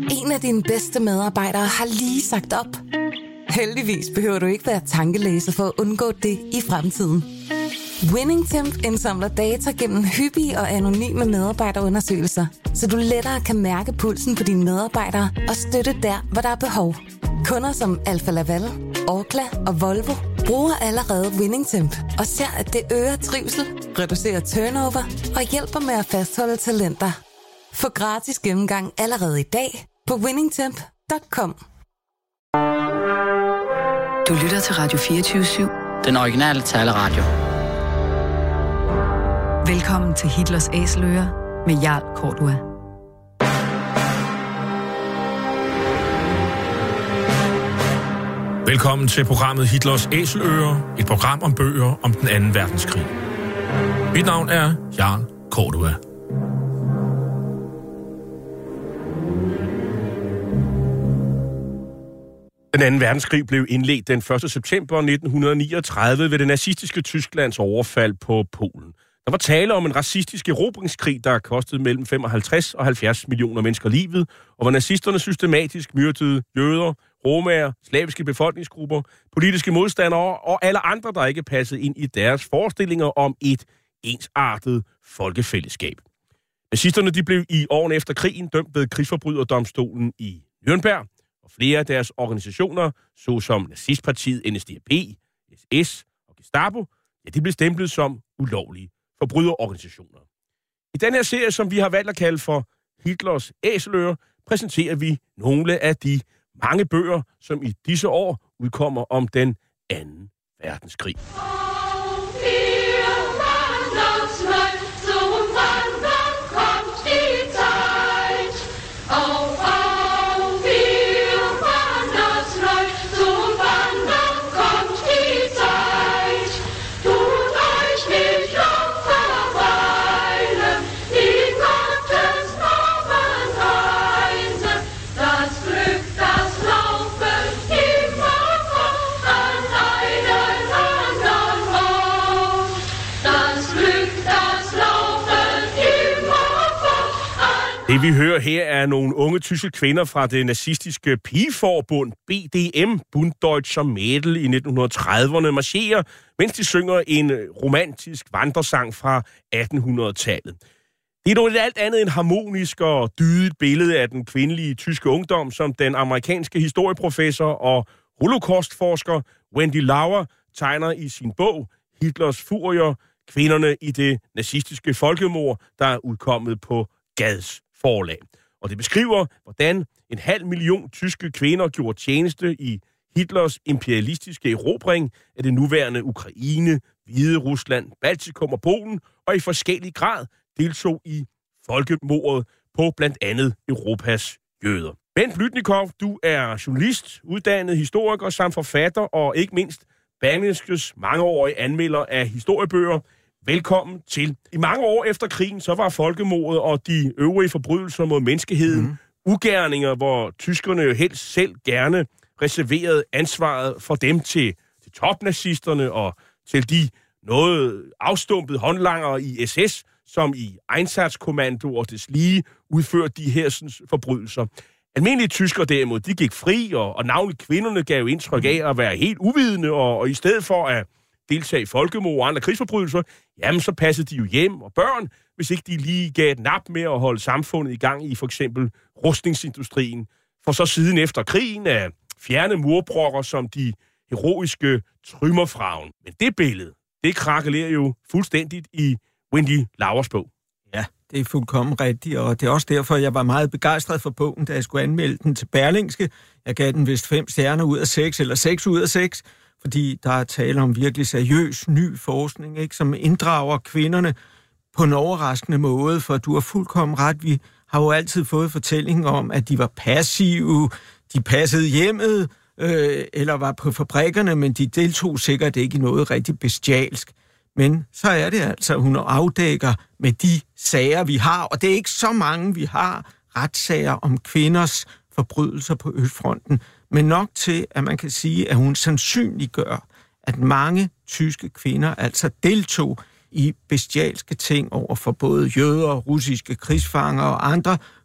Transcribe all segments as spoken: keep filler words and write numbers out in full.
En af dine bedste medarbejdere har lige sagt op. Heldigvis behøver du ikke være tankelæser for at undgå det i fremtiden. WinningTemp indsamler data gennem hyppige og anonyme medarbejderundersøgelser, så du lettere kan mærke pulsen på dine medarbejdere og støtte der, hvor der er behov. Kunder som Alfa Laval, Orkla og Volvo bruger allerede WinningTemp og ser, at det øger trivsel, reducerer turnover og hjælper med at fastholde talenter. Få gratis gennemgang allerede i dag på winningtemp punktum com. Du lytter til Radio fireogtyve syv. Den originale taleradio. Velkommen til Hitlers Æseløer med Jarl Cordua. Velkommen til programmet Hitlers Æseløer, et program om bøger om den anden verdenskrig. Mit navn er Jarl Cordua. Den anden verdenskrig blev indledt den første september nitten niogtredive ved det nazistiske Tysklands overfald på Polen. Der var tale om en racistisk erobringskrig, der kostede mellem femoghalvtreds og halvfjerds millioner mennesker livet, og hvor nazisterne systematisk myrdede jøder, romaer, slaviske befolkningsgrupper, politiske modstandere og alle andre, der ikke passede ind i deres forestillinger om et ensartet folkefællesskab. Nazisterne de blev i årene efter krigen dømt ved krigsforbryderdomstolen i Nürnberg, og flere af deres organisationer, såsom nazistpartiet N S D A P, S S og Gestapo, ja, de blev stemplet som ulovlige forbryderorganisationer. I den her serie, som vi har valgt at kalde for Hitlers Æseløer, præsenterer vi nogle af de mange bøger, som i disse år udkommer om den anden verdenskrig. Det vi hører her er nogle unge tyske kvinder fra det nazistiske pigeforbund B D M, Bund Deutscher Mädel, i nitten trediverne marcherer, mens de synger en romantisk vandresang fra attenhundredetallet. Det er dog et alt andet end harmonisk og dydigt billede af den kvindelige tyske ungdom, som den amerikanske historieprofessor og holocaustforsker Wendy Lauer tegner i sin bog Hitlers Furier, kvinderne i det nazistiske folkemord, der er udkommet på Gads forlag. Og det beskriver, hvordan en halv million tyske kvinder gjorde tjeneste i Hitlers imperialistiske erobring af det nuværende Ukraine, Hvide Rusland, Baltikum og Polen, og i forskellig grad deltog i folkemordet på blandt andet Europas jøder. Bent Blytnikov, du er journalist, uddannet historiker samt forfatter og ikke mindst Berlingskes mangeårige anmelder af historiebøger. Velkommen til. I mange år efter krigen, så var folkemordet og de øvrige forbrydelser mod menneskeheden mm. ugerninger, hvor tyskerne jo helst selv gerne reserverede ansvaret for dem til, til topnazisterne og til de noget afstumpede håndlanger i S S, som i Einsatzkommando og deslige udførte de her sådan, forbrydelser. Almindelige tyskere derimod, de gik fri, og, og navnlig kvinderne gav indtryk af at være helt uvidende, og, og i stedet for at deltage i folkemord og andre krigsforbrydelser, jamen så passede de jo hjem og børn, hvis ikke de lige gav et nap med at holde samfundet i gang i for eksempel rustningsindustrien, for så siden efter krigen at fjerne murbrokker som de heroiske trymmerfragen. Men det billede, det krakelerer jo fuldstændigt i Wendy Lauers bog. Ja, det er fuldkommen rigtigt, og det er også derfor, jeg var meget begejstret for bogen, da jeg skulle anmelde den til Berlingske. Jeg gav den vist fem stjerner ud af seks, eller seks ud af seks, fordi der er tale om virkelig seriøs, ny forskning, ikke, som inddrager kvinderne på en overraskende måde, for du har fuldkommen ret. Vi har jo altid fået fortællinger om, at de var passive, de passede hjemmet, øh, eller var på fabrikkerne, men de deltog sikkert ikke i noget rigtig bestialsk. Men så er det altså, hun afdækker med de sager, vi har, og det er ikke så mange, vi har, retssager om kvinders forbrydelser på Østfronten, men nok til, at man kan sige, at hun sandsynliggør, at mange tyske kvinder altså deltog i bestialske ting over for både jøder, russiske krigsfanger og andre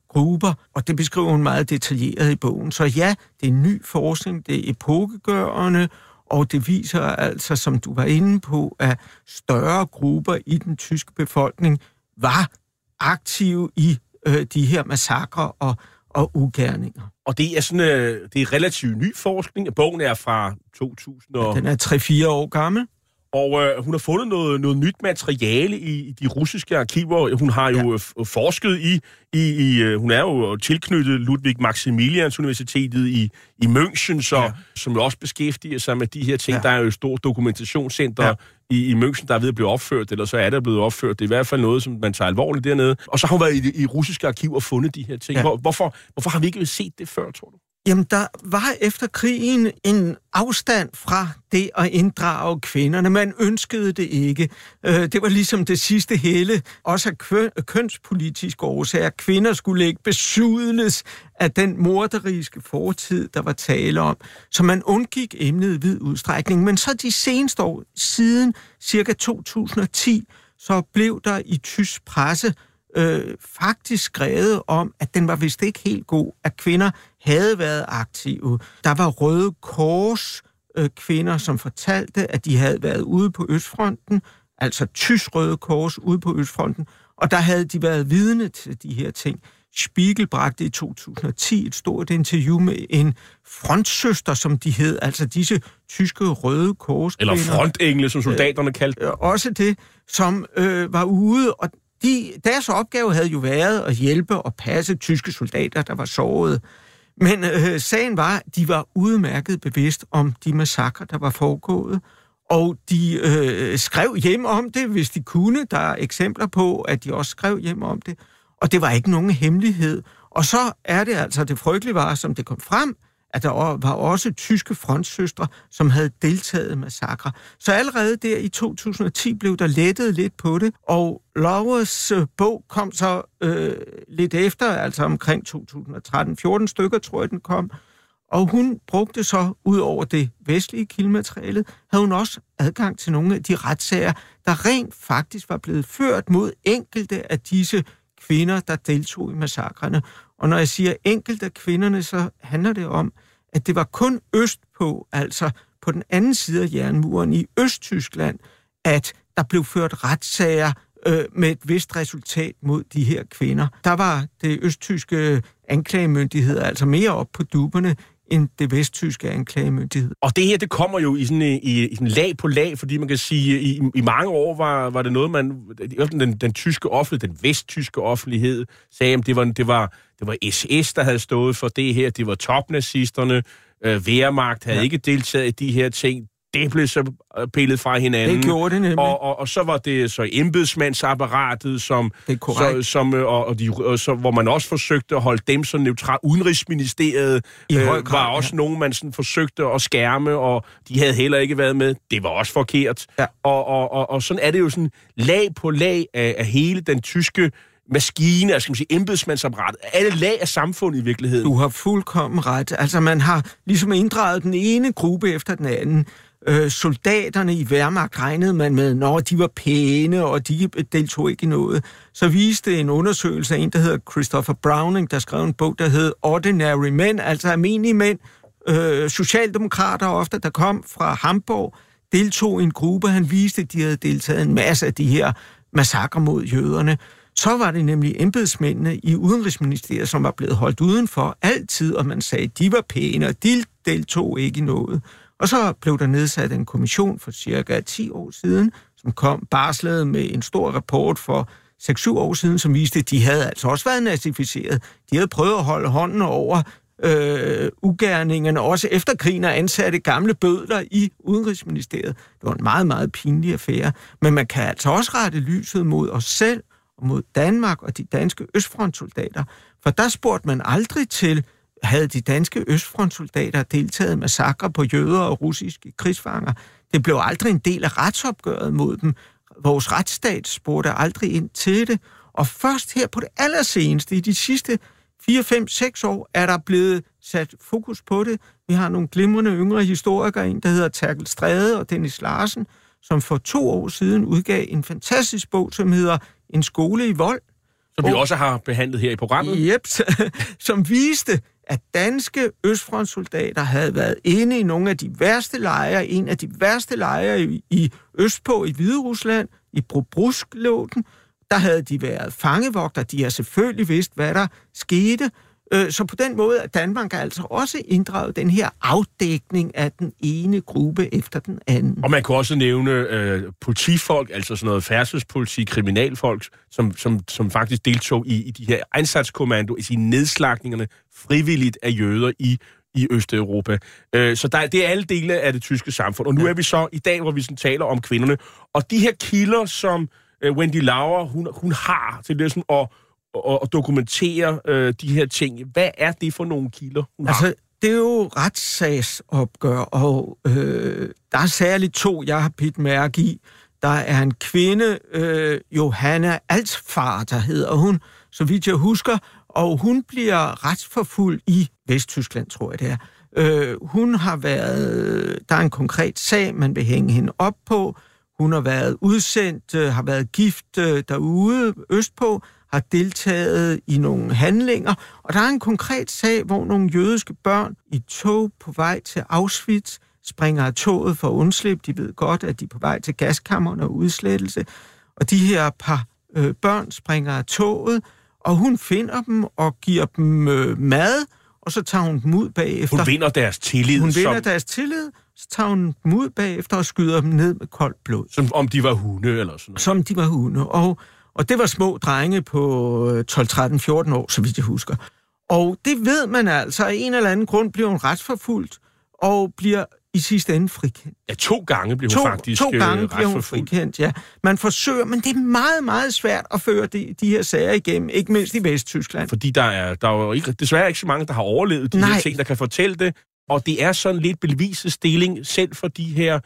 grupper, og det beskriver hun meget detaljeret i bogen. Så ja, det er ny forskning, det er epokegørende, og det viser altså, som du var inde på, at større grupper i den tyske befolkning var aktive i øh, de her massakrer og, og ugerninger. Og det er sådan øh, det er relativt ny forskning. Bogen er fra to tusind. Og... Den er tre fire år gammel. Og øh, hun har fundet noget, noget nyt materiale i, i de russiske arkiver. Hun har jo ja. forsket i, i, i øh, hun er jo tilknyttet Ludwig Maximilians Universitetet i, i München, så, ja. som jo også beskæftiger sig med de her ting. Ja. Der er jo et stort dokumentationscenter ja. i, i München, der er ved at blive opført, eller så er der blevet opført. Det er i hvert fald noget, som man tager alvorligt dernede. Og så har hun været i, i russiske arkiver og fundet de her ting. Ja. Hvor, hvorfor, hvorfor har vi ikke set det før, tror du? Jamen, der var efter krigen en afstand fra det at inddrage kvinderne. Man ønskede det ikke. Det var ligesom det sidste hele, også af kønspolitiske årsager. Kvinder skulle ikke besudles af den morderiske fortid, der var tale om. Så man undgik emnet i vid udstrækning. Men så de seneste år, siden cirka to tusind og ti, så blev der i tysk presse Øh, faktisk skrevet om, at den var vist ikke helt god, at kvinder havde været aktive. Der var Røde Kors øh, kvinder, som fortalte, at de havde været ude på Østfronten, altså tysk Røde Kors ude på Østfronten, og der havde de været vidne til de her ting. Spiegel bragte i to tusind og ti et stort interview med en frontsøster, som de hed, altså disse tyske Røde Kors eller frontengle, som soldaterne kaldte. Øh, også det, som øh, var ude, og De, deres opgave havde jo været at hjælpe og passe tyske soldater, der var såret. Men øh, sagen var, at de var udmærket bevidst om de massakrer, der var foregået, og de øh, skrev hjem om det, hvis de kunne. Der er eksempler på, at de også skrev hjem om det, og det var ikke nogen hemmelighed. Og så er det altså, det frygtelige var, som det kom frem, at der var også tyske frontsøstre, som havde deltaget i massakrer. Så allerede der i to tusind og ti blev der lettet lidt på det, og Lauers øh, bog kom så øh, lidt efter, altså omkring to tusind og tretten fjorten stykker, tror jeg, den kom. Og hun brugte så, ud over det vestlige kildemateriale, havde hun også adgang til nogle af de retssager, der rent faktisk var blevet ført mod enkelte af disse kvinder, der deltog i massakrene. Og når jeg siger enkelte af kvinderne, så handler det om, at det var kun østpå, altså på den anden side af jernmuren i Østtyskland, at der blev ført retssager øh, med et vist resultat mod de her kvinder. Der var det østtyske anklagemyndighed altså mere op på dupperne end det vesttyske anklagemyndighed. Og det her, det kommer jo i sådan, i, i sådan lag på lag, fordi man kan sige, i, i mange år var, var det noget, man... Den, den tyske offentlighed, den vesttyske offentlighed, sagde, at det var, det, var, det var S S, der havde stået for det her, det var topnazisterne, øh, Wehrmacht havde ja. ikke deltaget i de her ting. Det blev så pillet fra hinanden. Det gjorde det nemlig. Og, og, og så var det så embedsmandsapparatet, som, så, som, og, og de, og så, hvor man også forsøgte at holde dem så neutralt. Udenrigsministeriet øh, grad, var også ja. nogen, man sådan forsøgte at skærme, og de havde heller ikke været med. Det var også forkert. Ja. Og, og, og, og sådan er det jo sådan lag på lag af, af hele den tyske maskine, altså skal man sige, embedsmandsapparatet, alle lag af samfundet i virkeligheden. Du har fuldkommen ret. Altså, man har ligesom inddraget den ene gruppe efter den anden. Øh, soldaterne i Wehrmacht regnede man med, når de var pæne, og de deltog ikke i noget. Så viste en undersøgelse af en, der hedder Christopher Browning, der skrev en bog, der hed Ordinary Men, altså almindelige mænd, øh, socialdemokrater ofte, der kom fra Hamburg, deltog i en gruppe. Han viste, at de havde deltaget en masse af de her massakrer mod jøderne. Så var det nemlig embedsmændene i Udenrigsministeriet, som var blevet holdt udenfor altid, og man sagde, at de var pæne, og de deltog ikke i noget. Og så blev der nedsat en kommission for cirka ti år siden, som kom barslet med en stor rapport for seks syv år siden, som viste, at de havde altså også været nazificeret. De havde prøvet at holde hånden over øh, ugerningerne, også efter krigen, og ansatte gamle bødler i Udenrigsministeriet. Det var en meget, meget pinlig affære. Men man kan altså også rette lyset mod os selv, og mod Danmark og de danske østfrontsoldater. For der spurgte man aldrig til, havde de danske østfrontsoldater deltaget i massakrer på jøder og russiske krigsfanger. Det blev aldrig en del af retsopgøret mod dem. Vores retsstat spurgte aldrig ind til det. Og først her på det allerseneste, i de sidste fire, fem, seks år, er der blevet sat fokus på det. Vi har nogle glimrende yngre historikere, en der hedder Terkel Stræde og Dennis Larsen, som for to år siden udgav en fantastisk bog, som hedder En skole i vold, Som vi også har behandlet her i programmet. Yep, som viste, at danske østfrontsoldater havde været inde i nogle af de værste lejre, en af de værste lejre i, i østpå i Hviderusland, i Brobrusk-låten. Der havde de været fangevogter, de har selvfølgelig vidst, hvad der skete. Så på den måde er Danmark altså også inddraget den her afdækning af den ene gruppe efter den anden. Og man kan også nævne øh, politifolk, altså sådan noget færdselspoliti, kriminalfolk, som, som, som faktisk deltog i, i de her Einsatzkommando, i sine nedslagningerne frivilligt af jøder i, i Østeuropa. Øh, så der, det er alle dele af det tyske samfund. Og nu ja. er vi så i dag, hvor vi sådan taler om kvinderne. Og de her kilder, som øh, Wendy Lauer, hun, hun har til det sådan at Og, og dokumentere øh, de her ting. Hvad er det for nogle kilder, hun har? Altså, det er jo retssagsopgør, og øh, der er særligt to, jeg har bidt mærke i. Der er en kvinde, øh, Johanna Alsvater hedder hun, så vidt jeg husker, og hun bliver retsforfulgt i Vesttyskland, tror jeg det er. Øh, hun har været, der er en konkret sag, man vil hænge hende op på. Hun har været udsendt, øh, har været gift øh, derude østpå, har deltaget i nogle handlinger, og der er en konkret sag, hvor nogle jødiske børn i tog på vej til Auschwitz springer af toget for at undslippe. De ved godt, at de er på vej til gaskammerne og udslettelse, og de her par øh, børn springer af toget, og hun finder dem og giver dem øh, mad, og så tager hun dem ud bagefter. Hun vinder deres tillid. Hun vinder som... deres tillid, så tager hun dem ud bagefter og skyder dem ned med koldt blod. Som om de var hunde eller sådan noget. Som de var hunde, og Og det var små drenge på tolv, tretten, fjorten år, så vidt jeg husker. Og det ved man altså, af en eller anden grund bliver hun retsforfulgt, og bliver i sidste ende frikendt. Ja, to gange bliver hun to, faktisk To gange øh, bliver hun frikendt, ja. Man forsøger, men det er meget, meget svært at føre de, de her sager igennem, ikke mindst i Vesttyskland. Fordi der er, der er jo ikke, desværre ikke så mange, der har overlevet de Nej. her ting, der kan fortælle det. Og det er sådan lidt bevisestilling selv for de her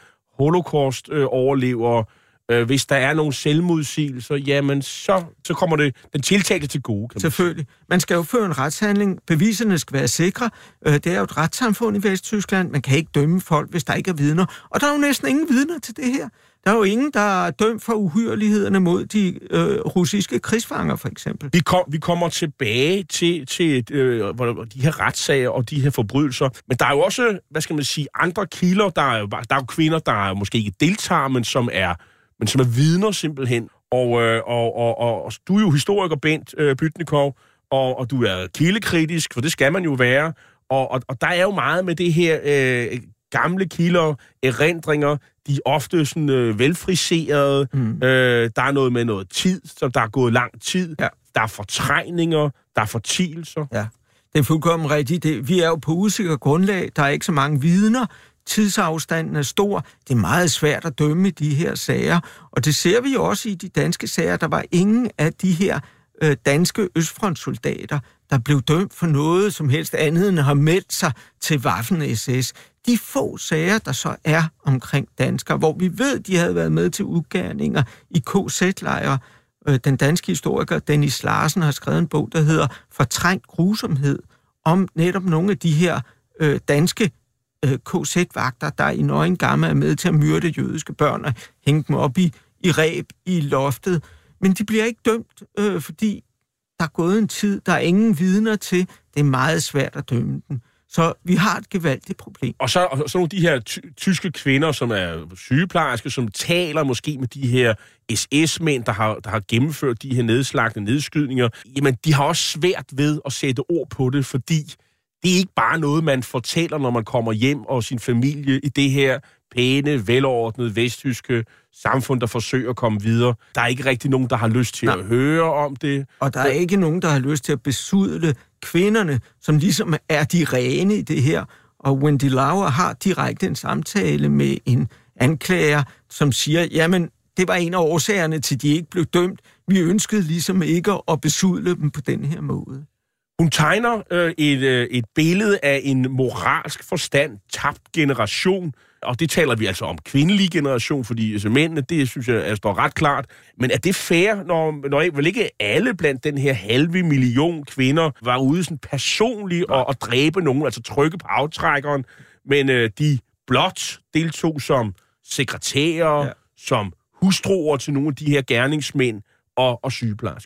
holocaust-overlevere. Øh, hvis der er nogle selvmodsigelser, jamen så, så kommer det den tiltalte til gode. Kan man Selvfølgelig. Man skal jo føre en retshandling. Beviserne skal være sikre. Øh, det er jo et retssamfund i Vesttyskland. Man kan ikke dømme folk, hvis der ikke er vidner. Og der er jo næsten ingen vidner til det her. Der er jo ingen, der er dømt for uhyrlighederne mod de øh, russiske krigsfanger, for eksempel. Vi, kom, vi kommer tilbage til, til øh, de her retssager og de her forbrydelser. Men der er jo også, hvad skal man sige, andre kilder. Der er jo, der er jo kvinder, der måske ikke deltager, men som er men som er vidner simpelthen. Og, øh, og, og, og, og du er jo historiker, Bent øh, Bytnikov, og, og du er kildekritisk, for det skal man jo være. Og, og, og der er jo meget med det her øh, gamle kilder, erindringer, de er ofte sådan øh, velfriserede. Mm. Øh, der er noget med noget tid, så der er gået lang tid. Ja. Der er fortrængninger, der er fortielser. Ja, det er fuldkommen rigtigt. Det, vi er jo på usikker grundlag. Der er ikke så mange vidner. Tidsafstanden er stor. Det er meget svært at dømme de her sager. Og det ser vi jo også i de danske sager. Der var ingen af de her øh, danske østfrontsoldater, der blev dømt for noget som helst andet end har meldt sig til Waffen-S S. De få sager, der så er omkring danskere, hvor vi ved, de havde været med til udgærninger i K Z-lejre. Øh, den danske historiker Dennis Larsen har skrevet en bog, der hedder Fortrængt grusomhed, om netop nogle af de her øh, danske K Z-vagter, der i nøgen gamme er med til at myrde jødiske børn og hænge dem op i, i reb i loftet. Men de bliver ikke dømt, øh, fordi der er gået en tid, der er ingen vidner til. Det er meget svært at dømme dem. Så vi har et gevaldigt problem. Og så, og så nogle af de her ty- tyske kvinder, som er sygeplejersker, som taler måske med de her S S-mænd, der har, der har gennemført de her nedslagte nedskydninger. Jamen, de har også svært ved at sætte ord på det, fordi det er ikke bare noget, man fortæller, når man kommer hjem og sin familie i det her pæne, velordnede, vesttyske samfund, der forsøger at komme videre. Der er ikke rigtig nogen, der har lyst til Nej. at høre om det. Og der er ikke nogen, der har lyst til at besudle kvinderne, som ligesom er de rene i det her. Og Wendy Lauer har direkte en samtale med en anklager, som siger, jamen, det var en af årsagerne til, at de ikke blev dømt. Vi ønskede ligesom ikke at besudle dem på den her måde. Hun tegner øh, et, øh, et billede af en moralsk forstand tabt generation, og det taler vi altså om kvindelig generation, fordi altså, mændene, det synes jeg er, står ret klart. Men er det fair, når, når vel ikke alle blandt den her halve million kvinder var ude sådan personligt og, og dræbe nogen, altså trykke på aftrækkeren, men øh, de blot deltog som sekretærer, ja. som hustruer til nogle af de her gerningsmænd og, og sygeplejersker?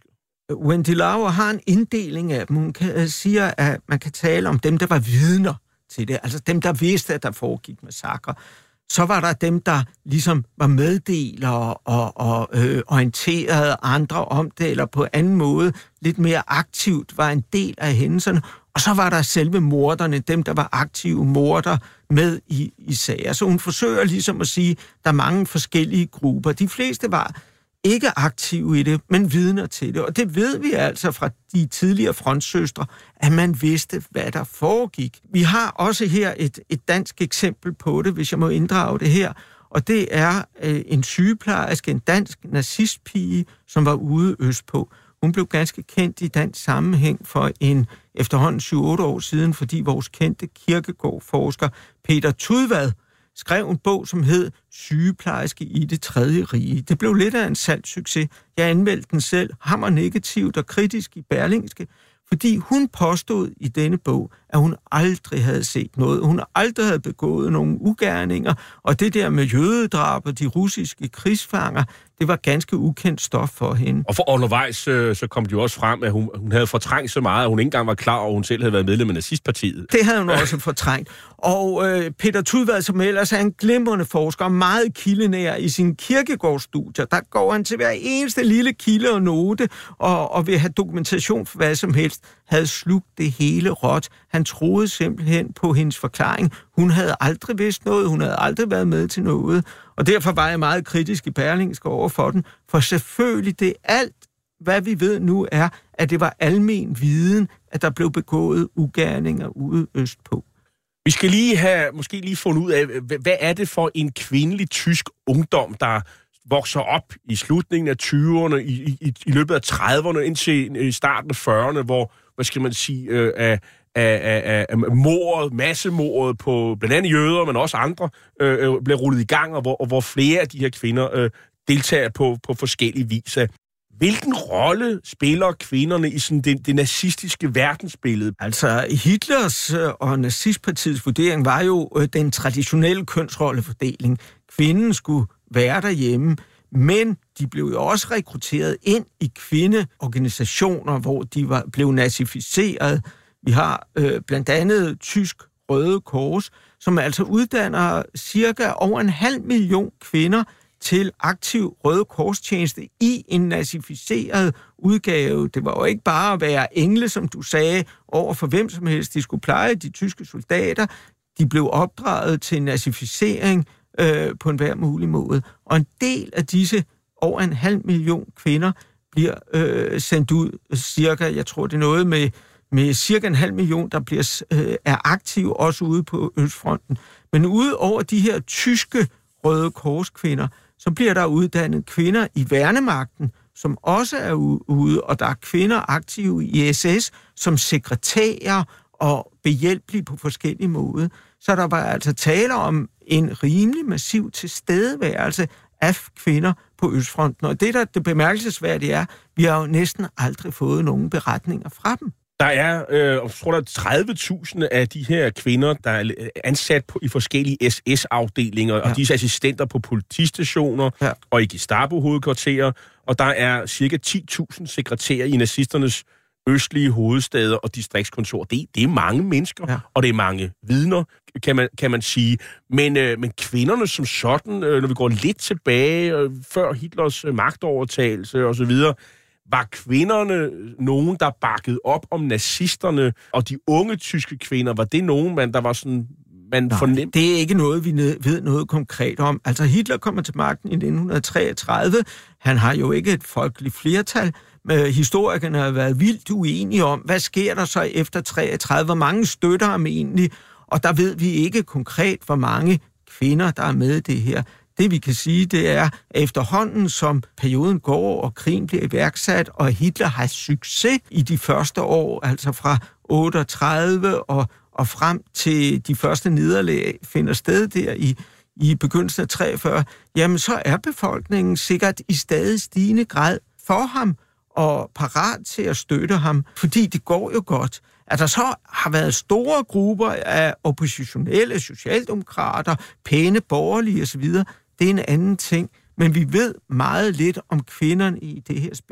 Wendy Lauer har en inddeling af dem. Hun kan, siger, at man kan tale om dem, der var vidner til det, altså dem, der vidste, at der foregik massakre. Så var der dem, der ligesom var meddelere og, og øh, orienterede andre om det, eller på anden måde lidt mere aktivt var en del af hændelserne. Og så var der selve morderne, dem, der var aktive morder med i, i sager. Så hun forsøger ligesom at sige, at der er mange forskellige grupper. De fleste var ikke aktive i det, men vidner til det. Og det ved vi altså fra de tidligere frontsøstre, at man vidste, hvad der foregik. Vi har også her et, et dansk eksempel på det, hvis jeg må inddrage det her. Og det er øh, en sygeplejerske, en dansk nazistpige, som var ude østpå. Hun blev ganske kendt i dansk sammenhæng for en efterhånden syv otte år siden, fordi vores kendte kirkegårdforsker Peter Tudvad skrev en bog, som hed Sygeplejerske i det tredje rige. Det blev lidt af en salgssucces. Jeg anmeldte den selv, hammer negativt og kritisk i Berlingske, fordi hun påstod i denne bog, at hun aldrig havde set noget. Hun aldrig havde begået nogle ugerninger, og det der med jødedrab og de russiske krigsfanger, det var ganske ukendt stof for hende. Og for undervejs øh, så kom det jo også frem, at hun, hun havde fortrængt så meget, at hun ikke engang var klar over, at hun selv havde været medlem af nazistpartiet. Det havde hun også fortrængt. Og øh, Peter Tudvad, som ellers er en glimrende forsker, meget kildenær i sine kirkegårdsstudier, der går han til hver eneste lille kilde og note, og, og vil have dokumentation for hvad som helst, havde slugt det hele råt. Han troede simpelthen på hendes forklaring. Hun havde aldrig vidst noget, hun havde aldrig været med til noget, og derfor var jeg meget kritisk i Berlingske over for den, for selvfølgelig det alt, hvad vi ved nu er, at det var almen viden, at der blev begået ugerninger ude østpå. Vi skal lige have, måske lige fundet ud af, hvad er det for en kvindelig tysk ungdom, der vokser op i slutningen af tyverne, i, i, i løbet af trediverne, indtil starten af fyrrerne, hvor, hvad skal man sige, øh, af, af, af, af mordet, massemordet på blandt andet jøder, men også andre, øh, bliver rullet i gang, og hvor, og hvor flere af de her kvinder øh, deltager på, på forskellige vis. Hvilken rolle spiller kvinderne i sådan det, det nazistiske verdensbillede? Altså, Hitlers og nazistpartiets vurdering var jo øh, den traditionelle kønsrollefordeling. Kvinden skulle være derhjemme, men de blev jo også rekrutteret ind i kvindeorganisationer, hvor de var, blev nazificeret. Vi har øh, blandt andet Tysk Røde Kors, som altså uddanner cirka over en halv million kvinder til aktiv Røde Kors-tjeneste i en nazificeret udgave. Det var jo ikke bare at være engle, som du sagde, over for hvem som helst. De skulle pleje de tyske soldater. De blev opdraget til nazificering øh, på en hver mulig måde. Og en del af disse over en halv million kvinder bliver øh, sendt ud cirka, jeg tror det er noget med, med cirka en halv million, der bliver, øh, er aktive også ude på Østfronten. Men ude over de her tyske Røde Kors-kvinder, så bliver der uddannet kvinder i værnemagten, som også er ude, og der er kvinder aktive i S S som sekretærer og behjælpelige på forskellige måder. Så der var altså tale om en rimelig massiv tilstedeværelse af kvinder på Østfronten. Og det, der det bemærkelsesværdige er, vi har jo næsten aldrig fået nogen beretninger fra dem. Der er, øh, jeg tror, der er tredive tusind af de her kvinder, der er ansat på, i forskellige S S-afdelinger, ja. Og disse assistenter på politistationer, ja. Og i Gestapo-hovedkvarterer, og der er cirka ti tusind sekretærer i nazisternes østlige hovedsteder og distriktskontor. Det, det er mange mennesker, ja. Og det er mange vidner, kan man, kan man sige. Men, øh, men kvinderne som sådan, øh, når vi går lidt tilbage, øh, før Hitlers øh, magtovertagelse osv., var kvinderne nogen, der bakkede op om nazisterne, og de unge tyske kvinder, var det nogen, man, der var sådan, man fornemt? Det er ikke noget, vi ved noget konkret om. Altså, Hitler kommer til magten i nitten treogtredive. Han har jo ikke et folkeligt flertal. Historikerne har været vildt uenige om, hvad sker der så efter treogtredive? Hvor mange støtter ham egentlig? Og der ved vi ikke konkret, hvor mange kvinder, der er med i det her. Det vi kan sige, det er, at efterhånden som perioden går, og krigen bliver iværksat, og Hitler har succes i de første år, altså fra otteogtredive og, og frem til de første nederlag finder sted der i, i begyndelsen af treogfyrre, jamen så er befolkningen sikkert i stadig stigende grad for ham og parat til at støtte ham, fordi det går jo godt. At der så har været store grupper af oppositionelle socialdemokrater, pæne borgerlige osv., det er en anden ting. Men vi ved meget lidt om kvinderne i det her spil.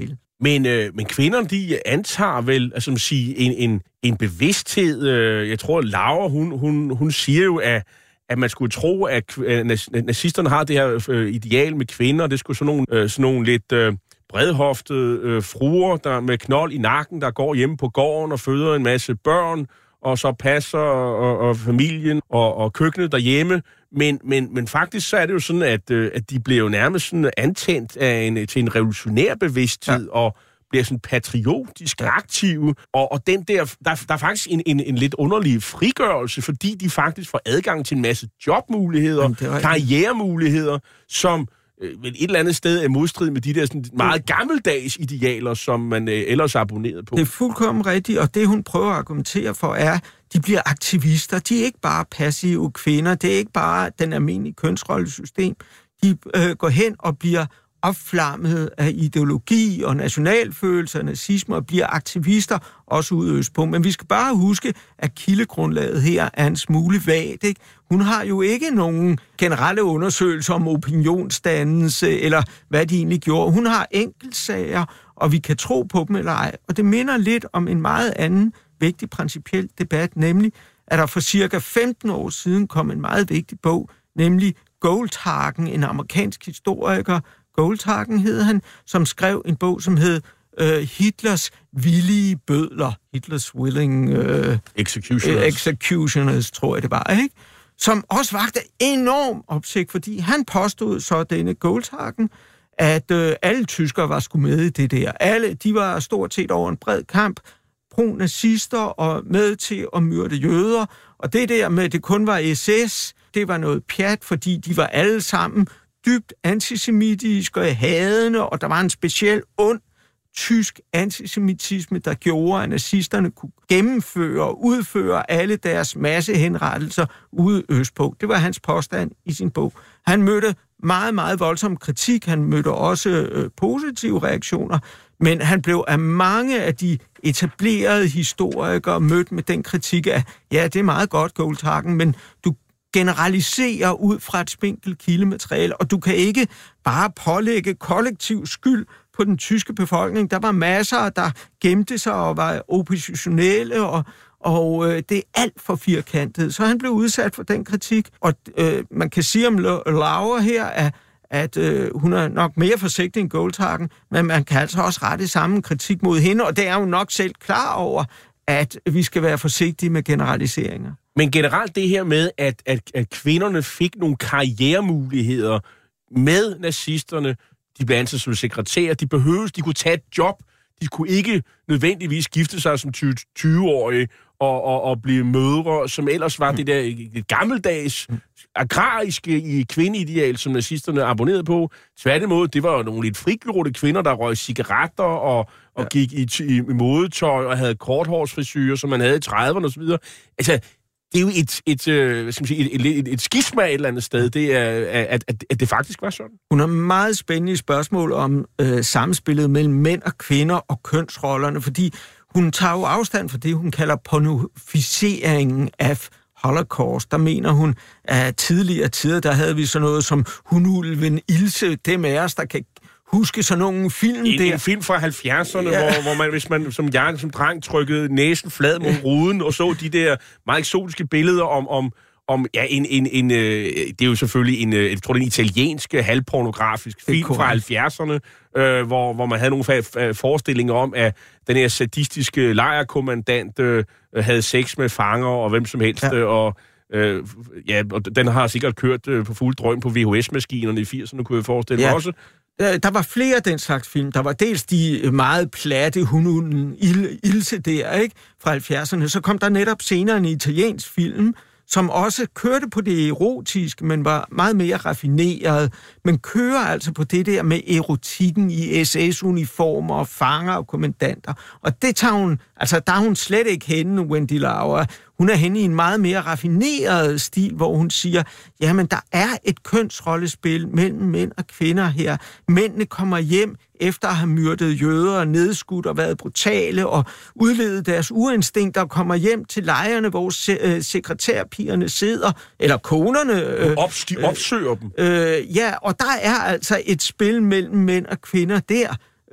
Men, øh, men kvinderne, de antager vel, altså man siger, en, en, en bevidsthed. Øh, jeg tror, Laura, hun, hun, hun siger jo, at, at man skulle tro, at nazisterne har det her øh, ideal med kvinder. Det skulle sådan nogle, øh, sådan nogle lidt øh, bredhoftede øh, fruer, der med knold i nakken, der går hjemme på gården og føder en masse børn, og så passer og, og familien og, og køkkenet derhjemme. Men, men, men faktisk så er det jo sådan, at, øh, at de bliver jo nærmest sådan antændt af en, til en revolutionær bevidsthed, ja. Og bliver sådan patriotisk aktive. Og, og den der, der, der er faktisk en, en, en lidt underlig frigørelse, fordi de faktisk får adgang til en masse jobmuligheder, karrieremuligheder, som øh, et eller andet sted er modstrid med de der sådan meget gammeldags idealer, som man øh, ellers er abonneret på. Det er fuldkommen rigtigt, og det hun prøver at argumentere for er, de bliver aktivister. De er ikke bare passive kvinder. Det er ikke bare den almindelige kønsrollesystem. De øh, går hen og bliver opflammet af ideologi og nationalfølelse og nazisme og bliver aktivister også ude østpå. Men vi skal bare huske, at kildegrundlaget her er en smule vagt, ikke? Hun har jo ikke nogen generelle undersøgelser om opinionsdannelse eller hvad de egentlig gjorde. Hun har enkeltsager, og vi kan tro på dem eller ej. Og det minder lidt om en meget anden vigtig principiel debat, nemlig at der for cirka femten år siden kom en meget vigtig bog, nemlig Goldhagen, en amerikansk historiker, Goldhagen hed han, som skrev en bog, som hed øh, Hitlers villige bødler. Hitlers willing øh, executioners. executioners, tror jeg det var, ikke? Som også vagte enorm opsigt, fordi han påstod så, denne Goldhagen, at øh, alle tyskere var sgu med i det der. Alle, de var stort set over en bred kamp, pro-nazister og med til at myrde jøder. Og det der med, at det kun var S S, det var noget pjat, fordi de var alle sammen dybt antisemitiske og hadende, og der var en speciel ond tysk antisemitisme, der gjorde, at nazisterne kunne gennemføre og udføre alle deres massehenrettelser ude østpå. Det var hans påstand i sin bog. Han mødte meget, meget voldsom kritik. Han mødte også øh, positive reaktioner, men han blev af mange af de etablerede historikere mødt med den kritik af, ja, det er meget godt, Goldhagen, men du generaliserer ud fra et spinkelt kildemateriale, og du kan ikke bare pålægge kollektiv skyld på den tyske befolkning. Der var masser, der gemte sig og var oppositionelle, og, og øh, det er alt for firkantet. Så han blev udsat for den kritik, og øh, man kan sige om Laura her, at, at øh, hun er nok mere forsigtig end Goldhagen, men man kan altså også rette samme kritik mod hende, og det er jo nok selv klar over, at vi skal være forsigtige med generaliseringer. Men generelt det her med, at, at, at kvinderne fik nogle karrieremuligheder med nazisterne, de blev ansat som sekretærer, de behøves, de kunne tage et job, de kunne ikke nødvendigvis gifte sig som tyve-årige og, og, og blive mødre, som ellers var mm. det der det gammeldags, agrariske i kvindeideal, som nazisterne abonnerede på. Tværtimod, det var jo nogle lidt frigjorte kvinder, der røg cigaretter og, og ja. gik i, i, i modetøj og havde korthårsfrisyrer, som man havde i trediverne osv. Altså, det er jo et, et, øh, hvad skal man sige, et, et, et skisma et eller andet sted, det er, at, at, at det faktisk var sådan. Hun har meget spændende spørgsmål om øh, samspillet mellem mænd og kvinder og kønsrollerne, fordi hun tager jo afstand fra det, hun kalder pornoficeringen af Holocaust. Der mener hun, at tidligere tider, der havde vi sådan noget som Hunulven, Ilse, dem af os, der kan huske sådan nogle film en, der. En film fra halvfjerdserne, ja. hvor, hvor man, hvis man som jeg, som dreng, trykkede næsen flad mod ruden, og så de der meget eksotiske billeder om, om, om ja, en, en, en, øh, det er jo selvfølgelig en, øh, jeg tror, det er en italiensk halvpornografisk film fra halvfjerdserne, øh, hvor, hvor man havde nogle fa- forestillinger om, at den her sadistiske lejrkommandant øh, havde sex med fanger og hvem som helst, ja. og øh, ja, og den har sikkert kørt øh, på fuld drøm på V H S-maskinerne i firserne, kunne jeg forestille mig ja. også. Der var flere af den slags film. Der var dels de meget platte Hunden Ilse der, ikke? Fra halvfjerdserne. Så kom der netop senere en italiensk film, som også kørte på det erotiske, men var meget mere raffineret, men kører altså på det der med erotikken i S S-uniformer og fanger og kommandanter. Og det tager hun, altså der er hun slet ikke henne, Wendy Laura. Hun er henne i en meget mere raffineret stil, hvor hun siger, jamen der er et kønsrollespil mellem mænd og kvinder her. Mændene kommer hjem efter at have myrdet jøder og nedskudt og været brutale og udledet deres uinstinkter og kommer hjem til lejrene, hvor se- øh, sekretærpigerne sidder, eller konerne. Øh, Ops, de opsøger øh, dem. Øh, ja, og der er altså et spil mellem mænd og kvinder der.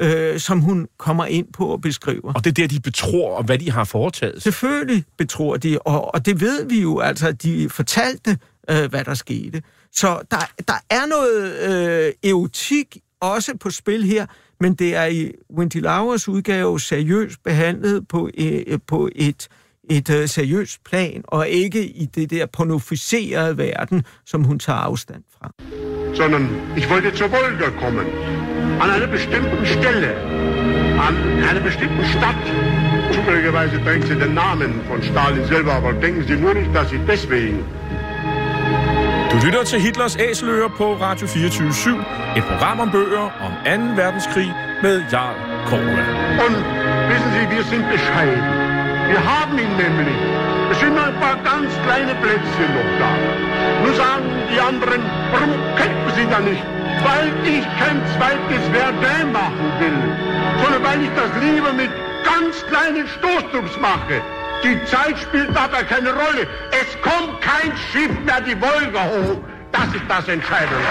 øh, som hun kommer ind på og beskriver. Og det er der, de betror om, hvad de har foretaget. Selvfølgelig betror de, og, og det ved vi jo, altså, at de fortalte, øh, hvad der skete. Så der, der er noget øh, erotik også på spil her, men det er i Wendy Lauers udgave seriøst behandlet på, øh, på et, et øh, seriøst plan, og ikke i det der pornoficerede verden, som hun tager afstand fra. Sondern ich wollte zur Wolga kommen, an einer bestimmten Stelle, an einer bestimmten Stadt. Zufälligerweise trägt sie den Namen von Stalin selber, aber denken Sie nur nicht, dass ich deswegen... Du lytter til Hitlers Æseløer på Radio fireogtyve syv, et program om bøger om anden verdenskrig med Jarl Kortua. Und wissen Sie, wir sind bescheiden. Wir haben ihn nämlich. Es sind nur ein paar ganz kleine Plätzchen noch da. Nur sagen die anderen, warum kämpfen Sie da nicht? Weil ich kein zweites Verdun machen will, sondern weil ich das lieber mit ganz kleinen Stoßtrupps mache. Die Zeit spielt dabei keine Rolle. Es kommt kein Schiff mehr die Wolga hoch. Das ist das Entscheidende.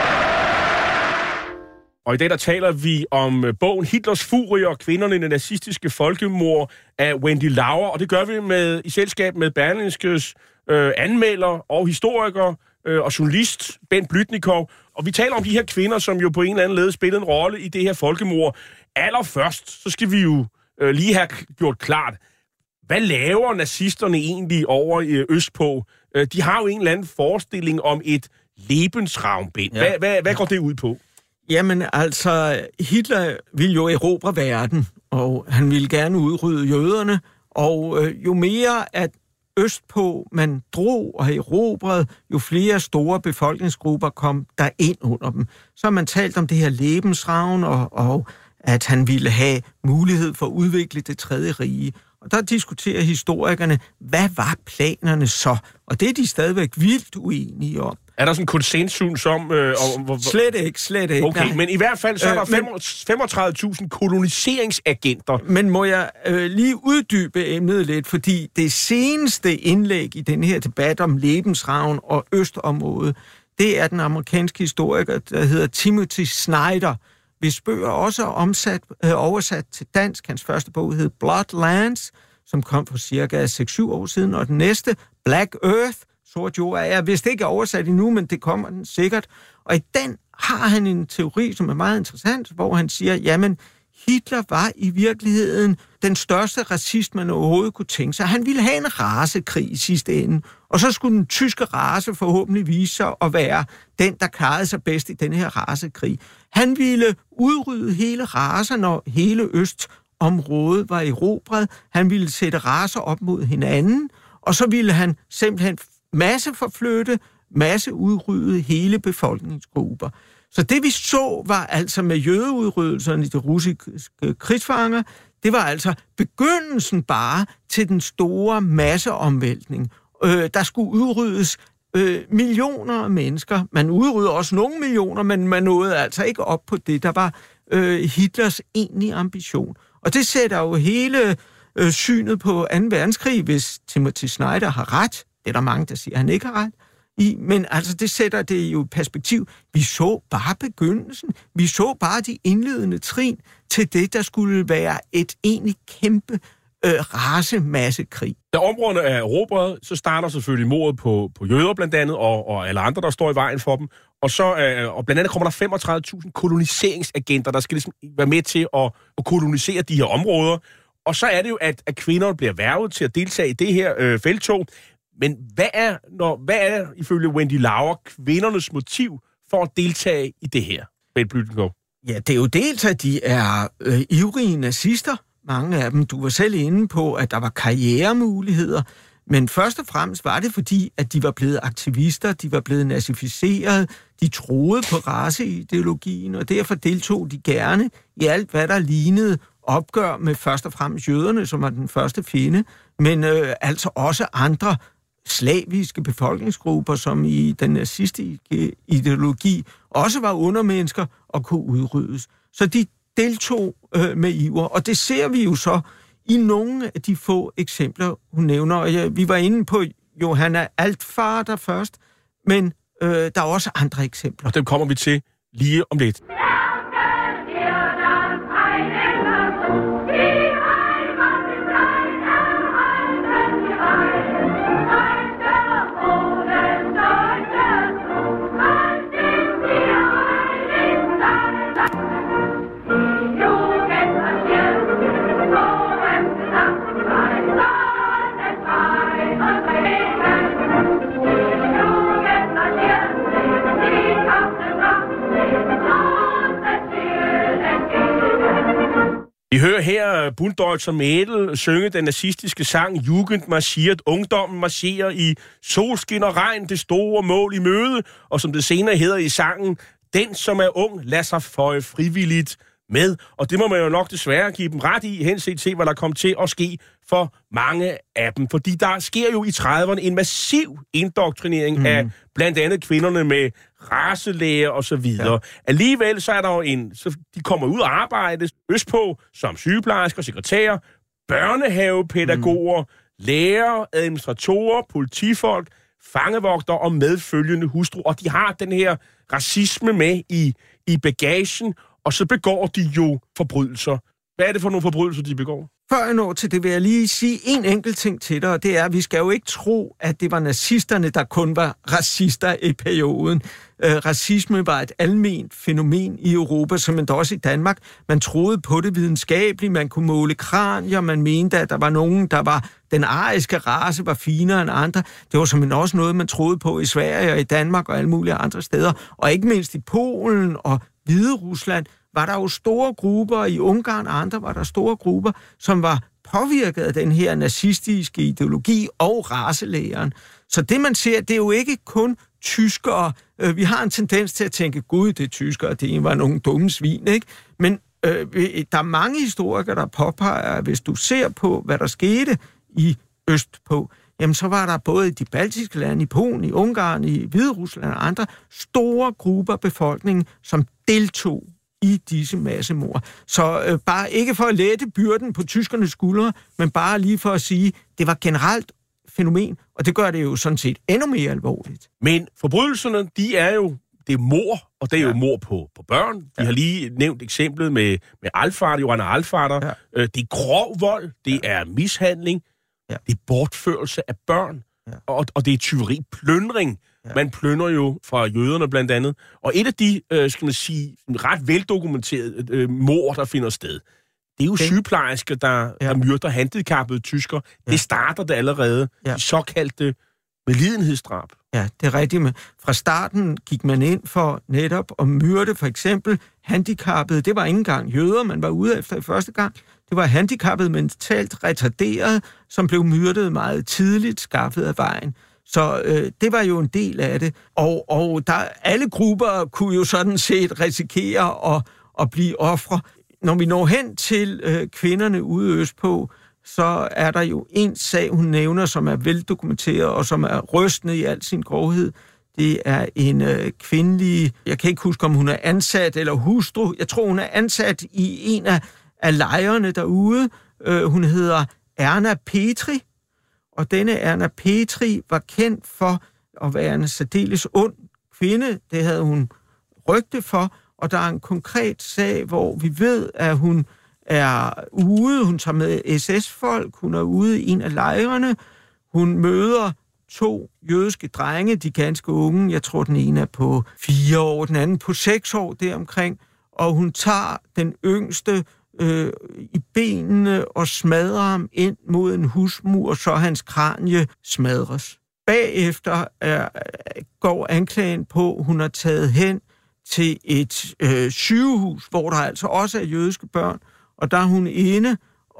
Og i dag der taler vi om bogen Hitlers Furie og kvinderne i det nazistiske folkemord af Wendy Lauer, og det gør vi med i selskab med Berlingskes øh, anmelder og historiker øh, og journalist Bent Blytnikov. Og vi taler om de her kvinder, som jo på en eller anden led spillede en rolle i det her folkemord. Allerførst, så skal vi jo øh, lige have gjort klart, hvad laver nazisterne egentlig over i østpå? Øh, de har jo en eller anden forestilling om et Lebensraumbind. Ja. Hvad, hvad, hvad går det ud på? Jamen altså, Hitler ville jo erobre verden, og han ville gerne udrydde jøderne, og øh, jo mere at østpå man drog og erobrede, jo flere store befolkningsgrupper kom der ind under dem. Så har man talt om det her Lebensraum, og, og at han ville have mulighed for at udvikle det tredje rige. Og der diskuterer historikerne, hvad var planerne så? Og det er de stadigvæk vildt uenige om. Er der sådan en konsensus om... Øh, om hvor, slet ikke, slet ikke. Okay, nej. Men i hvert fald så er der øh, femogtredive tusind koloniseringsagenter. Men må jeg øh, lige uddybe emnet lidt, fordi det seneste indlæg i den her debat om Lebensraum og østområdet, det er den amerikanske historiker, der hedder Timothy Snyder, hvis bøger også er omsat, øh, oversat til dansk. Hans første bog hed Bloodlands, som kom for cirka seks syv år siden, og den næste, Black Earth, Sort Jord, er vist ikke oversat endnu, men det kommer den sikkert. Og i den har han en teori, som er meget interessant, hvor han siger, jamen, Hitler var i virkeligheden den største racist, man overhovedet kunne tænke sig. Han ville have en racekrig i sidste ende, og så skulle den tyske race forhåbentlig vise sig at være den, der klarede sig bedst i den her racekrig. Han ville udrydde hele racer, når hele østområdet var erobret. Han ville sætte racer op mod hinanden, og så ville han simpelthen masseforflytte, masseudrydde hele befolkningsgrupper. Så det vi så var altså med jødeudryddelserne i de russiske krigsfanger, det var altså begyndelsen bare til den store masseomvæltning. Øh, der skulle udryddes øh, millioner af mennesker. Man udrydde også nogle millioner, men man nåede altså ikke op på det, der var øh, Hitlers egentlige ambition. Og det sætter jo hele øh, synet på anden verdenskrig, hvis Timothy Snyder har ret. Det er der mange, der siger, at han ikke har ret i, men altså det sætter det jo i perspektiv. Vi så bare begyndelsen. Vi så bare de indledende trin til det, der skulle være et egentlig kæmpe øh, racemassekrig. Da områderne er erobret, så starter selvfølgelig mordet på, på jøder blandt andet, og, og alle andre, der står i vejen for dem. Og, så, øh, og blandt andet kommer der femogtredive tusind koloniseringsagenter, der skal ligesom være med til at, at kolonisere de her områder. Og så er det jo, at, at kvinder bliver hvervet til at deltage i det her øh, felttog. Men hvad er, når, hvad er ifølge Wendy Lauer kvindernes motiv for at deltage i det her? Bent Blytnikov. Ja, det er jo dels, at de er øh, ivrige nazister, mange af dem. Du var selv inde på, at der var karrieremuligheder. Men først og fremmest var det fordi, at de var blevet aktivister, de var blevet nazificeret, de troede på raceideologien, og derfor deltog de gerne i alt, hvad der lignede opgør med først og fremmest jøderne, som var den første fjende, men øh, altså også andre slaviske befolkningsgrupper, som i den nazistiske ideologi også var undermennesker og kunne udryddes. Så de deltog øh, med iver, og det ser vi jo så i nogle af de få eksempler, hun nævner. Og ja, vi var inde på Johanna Altvater først, men øh, der er også andre eksempler. Og dem kommer vi til lige om lidt. her Bunddeutscher Mädel synge den nazistiske sang Jugend marschiert. Ungdommen marcherer i solskin og regn, det store mål i møde. Og som det senere hedder i sangen, den som er ung, lader sig føje frivilligt med. Og det må man jo nok desværre give dem ret i, henset til, hvad der kom til at ske for mange af dem. Fordi der sker jo i trediverne en massiv indoktrinering mm. af blandt andet kvinderne med racelæger og så videre. Ja. Alligevel så er der jo en, så de kommer ud og arbejde østpå som sygeplejersker, sekretærer, børnehavepædagoger, mm. læger, administratorer, politifolk, fangevogter og medfølgende hustru. Og de har den her racisme med i, i bagagen, og så begår de jo forbrydelser. Hvad er det for nogle forbrydelser, de begår? Før jeg når til det, vil jeg lige sige en enkelt ting til dig, og det er, at vi skal jo ikke tro, at det var nazisterne, der kun var racister i perioden. Øh, racisme var et alment fænomen i Europa, som endda også i Danmark. Man troede på det videnskabeligt, man kunne måle kranier, man mente, at der var nogen, der var den ariske race, var finere end andre. Det var simpelthen også noget, man troede på i Sverige og i Danmark og alle mulige andre steder. Og ikke mindst i Polen og Hviderusland var der jo store grupper, i Ungarn og andre var der store grupper, som var påvirket af den her nazistiske ideologi og racelæren. Så det, man ser, det er jo ikke kun tyskere. Vi har en tendens til at tænke, gud, det er tyskere, det var nogle dumme svin, ikke? Men øh, der er mange historikere, der påpeger, at hvis du ser på, hvad der skete i østpå, jamen så var der både i de baltiske lande, i Polen, i Ungarn, i Hviderusland og andre store grupper af befolkningen, som deltog i disse massemord. Så øh, bare ikke for at lette byrden på tyskernes skuldre, men bare lige for at sige, det var generelt fænomen, og det gør det jo sådan set endnu mere alvorligt. Men forbrydelserne, de er jo, det er mord, og det er ja. jo mord på, på børn. De ja. har lige nævnt eksemplet med, med Alfarder, Johanna Alfarder. Ja. Øh, det er grov vold, det ja. er mishandling, ja. det er bortførelse af børn, ja. og, og det er tyveri, plyndring. Ja. Man plyndrer jo fra jøderne blandt andet. Og et af de, øh, skal man sige, ret veldokumenterede øh, mord, der finder sted, det er jo okay. sygeplejersker, der, ja. der myrder handicappede tyskere. Ja. Det starter det allerede. Ja. De såkaldte medlidenhedsdrab. Ja, det er rigtigt. Men fra starten gik man ind for netop at myrde for eksempel handicappede. Det var ikke engang jøder, man var ude efter i første gang. Det var handicappede, mentalt retarderede, som blev myrdet meget tidligt, skaffet af vejen. Så øh, det var jo en del af det. Og, og der, alle grupper kunne jo sådan set risikere at, at blive ofre. Når vi når hen til øh, kvinderne ude østpå, så er der jo en sag, hun nævner, som er veldokumenteret og som er rystende i al sin grovhed. Det er en øh, kvindelig, jeg kan ikke huske, om hun er ansat eller hustru. Jeg tror, hun er ansat i en af, af lejrene derude. Øh, hun hedder Erna Petri. Og denne Erna Petri var kendt for at være en særdeles ond kvinde. Det havde hun rygte for. Og der er en konkret sag, hvor vi ved, at hun er ude. Hun tager med S S-folk. Hun er ude i en af lejrene. Hun møder to jødiske drenge, de ganske unge. Jeg tror, den ene er på fire år, den anden på seks år deromkring. Og hun tager den yngste Øh, i benene og smadrer ham ind mod en husmur, så hans kranie smadres. Bagefter er, går anklagen på, at hun har taget hen til et øh, sygehus, hvor der altså også er jødiske børn, og der er hun inde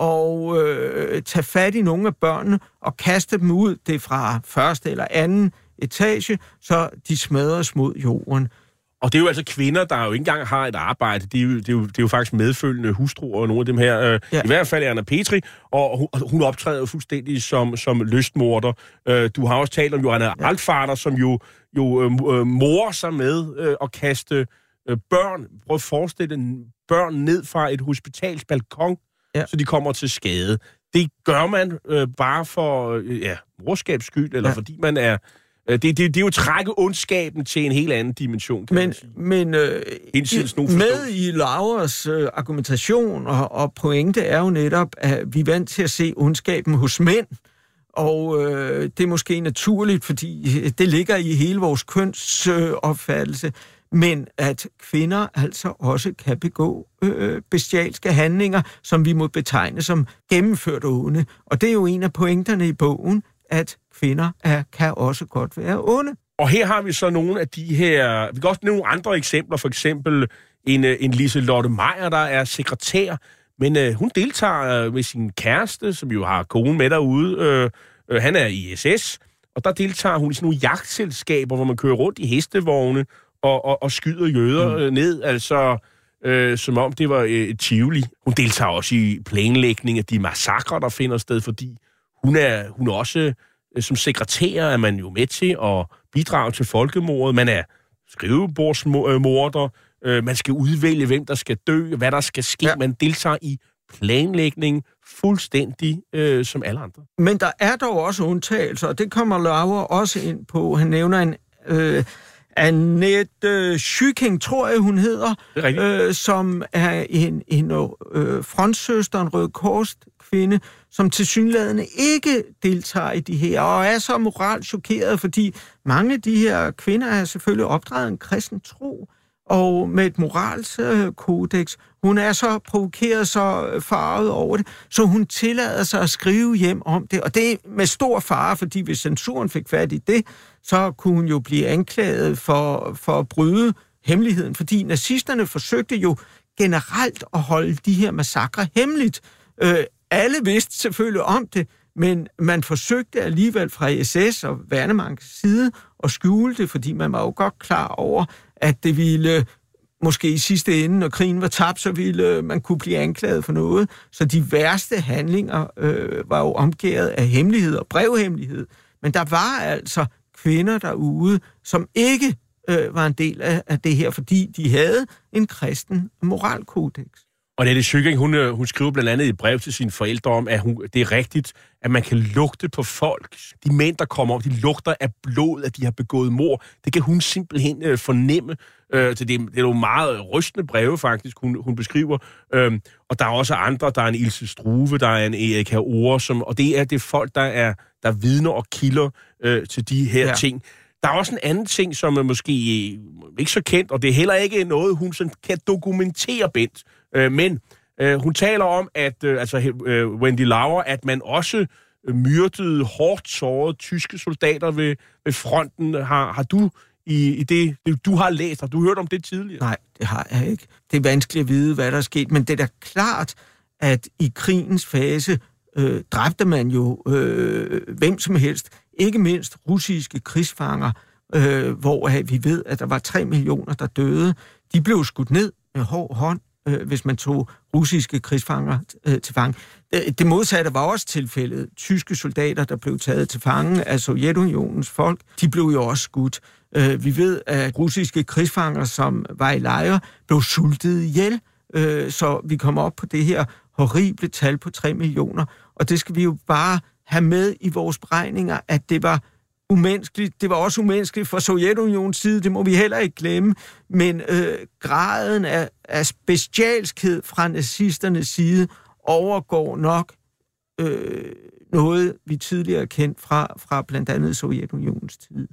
og øh, tager fat i nogle af børnene og kaster dem ud, det er fra første eller anden etage, så de smadres mod jorden. Og det er jo altså kvinder, der jo ikke engang har et arbejde. Det er jo, det er jo, det er jo faktisk medfølgende hustruer og nogle af dem her. Øh, ja. I hvert fald Erna Petri, og hun, hun optræder jo fuldstændig som, som lystmorder. Øh, du har også talt om Johanna ja. Alfarder, som jo, jo øh, morer sig med øh, at kaste øh, børn, prøv at forestille børn ned fra et hospitals balkon, ja. så de kommer til skade. Det gør man øh, bare for øh, ja, morskabs skyld, eller ja. fordi man er... Det, det, det er jo at trække ondskaben til en helt anden dimension, kan men, man sige. Men øh, i, med i Lauras øh, argumentation og, og pointe er jo netop, at vi er vant til at se ondskaben hos mænd, og øh, det er måske naturligt, fordi det ligger i hele vores kønsopfattelse, øh, men at kvinder altså også kan begå øh, bestialske handlinger, som vi må betegne som gennemført onde. Og det er jo en af pointerne i bogen, at kvinder er, kan også godt være onde. Og her har vi så nogle af de her... Vi kan også nævne nogle andre eksempler. For eksempel en, en Liselotte Meyer, der er sekretær, Men øh, hun deltager øh, med sin kæreste, som jo har kone med derude. Øh, øh, han er i S S, og der deltager hun i sådan nogle jagtselskaber, hvor man kører rundt i hestevogne og, og, og skyder jøder mm. ned, altså øh, som om det var øh, et tivoli. Hun deltager også i planlægning af de massakrer, der finder sted, fordi hun er, hun er også, øh, som sekretær, er man jo med til at bidrage til folkemordet. Man er skrivebordsmorder, øh, man skal udvælge, hvem der skal dø, hvad der skal ske. Ja. Man deltager i planlægning fuldstændig øh, som alle andre. Men der er dog også undtagelser, og det kommer Lauer også ind på. Han nævner en øh, Annette Schücking, tror jeg, hun hedder, øh, som er en, en øh, frontsøster, en Røde Kors-kvinde, som tilsyneladende ikke deltager i de her, og er så moralt chokeret, fordi mange af de her kvinder er selvfølgelig opdraget en kristen tro, og med et moralskodex. Hun er så provokeret, så farvet over det, så hun tillader sig at skrive hjem om det. Og det er med stor fare, fordi hvis censuren fik fat i det, så kunne hun jo blive anklaget for, for at bryde hemmeligheden. Fordi nazisterne forsøgte jo generelt at holde de her massakrer hemmeligt. Øh, alle vidste selvfølgelig om det, men man forsøgte alligevel fra S S og Værnemangs side at skjule det, fordi man var jo godt klar over, at det ville, måske i sidste ende, når krigen var tabt, så ville man kunne blive anklaget for noget. Så de værste handlinger øh, var jo omgået af hemmelighed og brevhemmelighed. Men der var altså kvinder derude, som ikke øh, var en del af, af det her, fordi de havde en kristen moralkodex. Og Annette Schücking, hun, hun skriver blandt andet i et brev til sine forældre om, at hun, det er rigtigt, at man kan lugte på folk. De mænd, der kommer op, de lugter af blod, at de har begået mord. Det kan hun simpelthen øh, fornemme. Øh, det, det er jo meget rystende breve, faktisk, hun, hun beskriver. Øh, og der er også andre. Der er en Ilse Struve, der er en Erika Ore, som, og det er det folk, der er der vidner og kilder øh, til de her ja. ting. Der er også en anden ting, som er måske ikke så kendt, og det er heller ikke noget, hun sådan kan dokumentere, Bent. Øh, men øh, hun taler om, at øh, altså øh, Wendy Lauer, at man også øh, myrdede hårdt sårede tyske soldater ved, ved fronten. Har, har du i, i det, det, du har læst, har du hørt om det tidligere? Nej, det har jeg ikke. Det er vanskeligt at vide, hvad der er sket, men det er da klart, at i krigens fase øh, dræbte man jo øh, hvem som helst, ikke mindst russiske krigsfanger, øh, hvor vi ved, at der var tre millioner, der døde. De blev skudt ned med hård hånd, øh, hvis man tog russiske krigsfanger øh, til fange. Det, det modsatte var også tilfældet. Tyske soldater, der blev taget til fange af Sovjetunionens folk, de blev jo også skudt. Øh, vi ved, at russiske krigsfanger, som var i lejre, blev sultet ihjel, øh, så vi kommer op på det her horrible tal på tre millioner, og det skal vi jo bare have med i vores beregninger, at det var umenneskeligt. Det var også umenneskeligt fra Sovjetunionens side, det må vi heller ikke glemme, men øh, graden af, af specialskhed fra nazisternes side overgår nok øh, noget, vi tidligere har kendt fra, fra blandt andet Sovjetunionens tid.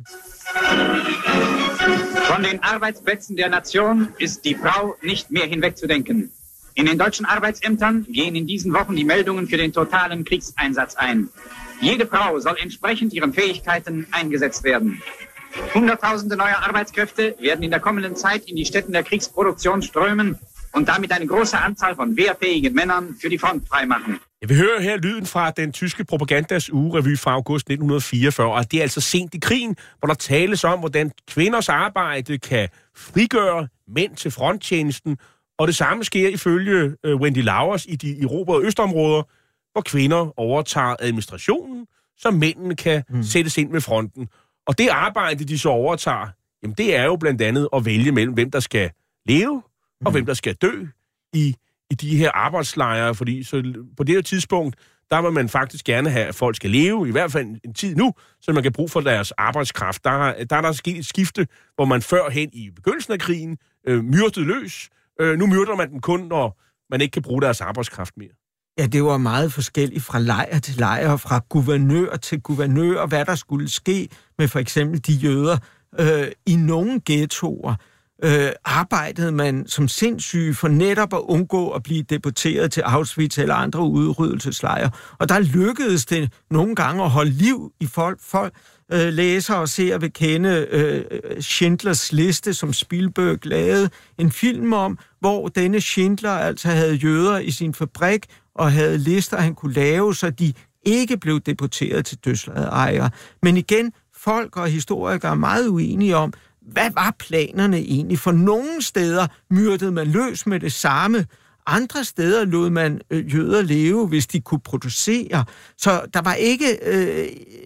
Von den Arbeitsplätzen der Nation ist die Frau nicht mehr hinwegzudenken. In den deutschen Arbeitsämtern gehen in diesen Wochen die Meldungen für den totalen Kriegseinsatz ein. Jede Frau soll entsprechend ihren Fähigkeiten eingesetzt werden. Hunderttausende neue Arbeitskräfte werden in der kommenden Zeit in die Stätten der Kriegsproduktion strömen und damit eine große Anzahl von wehrfähigen Männern für die Front freimachen. Jeg vil høre her lyden fra den tyske propagandas ugerevy fra august nitten fireogfyrre, og det er altså sent i krigen, hvor der tales om, hvordan kvinders arbejde kan frigøre mænd til fronttjenesten, og det samme sker ifølge øh, Wendy Lauers i de erobrede østområder, hvor kvinder overtager administrationen, så mændene kan mm. sættes ind ved fronten. Og det arbejde, de så overtager, jamen det er jo blandt andet at vælge mellem, hvem der skal leve, og mm. hvem der skal dø i, i de her arbejdslejre. Fordi så på det her tidspunkt, der vil man faktisk gerne have, at folk skal leve, i hvert fald en, en tid nu, så man kan bruge for deres arbejdskraft. Der, der er der sket et skifte, hvor man førhen i begyndelsen af krigen øh, myrdede løs. Øh, nu myrder man den kun, når man ikke kan bruge deres arbejdskraft mere. Ja, det var meget forskelligt fra lejr til lejr, fra guvernør til guvernør, og hvad der skulle ske med for eksempel de jøder. Øh, I nogle ghettoer, øh, arbejdede man som sindssyge for netop at undgå at blive deporteret til Auschwitz eller andre udryddelseslejre. Og der lykkedes det nogle gange at holde liv i folk. Folk øh, læser og ser vil kende øh, Schindlers Liste, som Spielberg lavede en film om, hvor denne Schindler altså havde jøder i sin fabrik og havde lister, han kunne lave, så de ikke blev deporteret til dødslejre. Men igen, folk og historikere er meget uenige om, hvad var planerne egentlig? For nogle steder myrdede man løs med det samme. Andre steder lod man øh, jøder leve, hvis de kunne producere. Så der var ikke øh,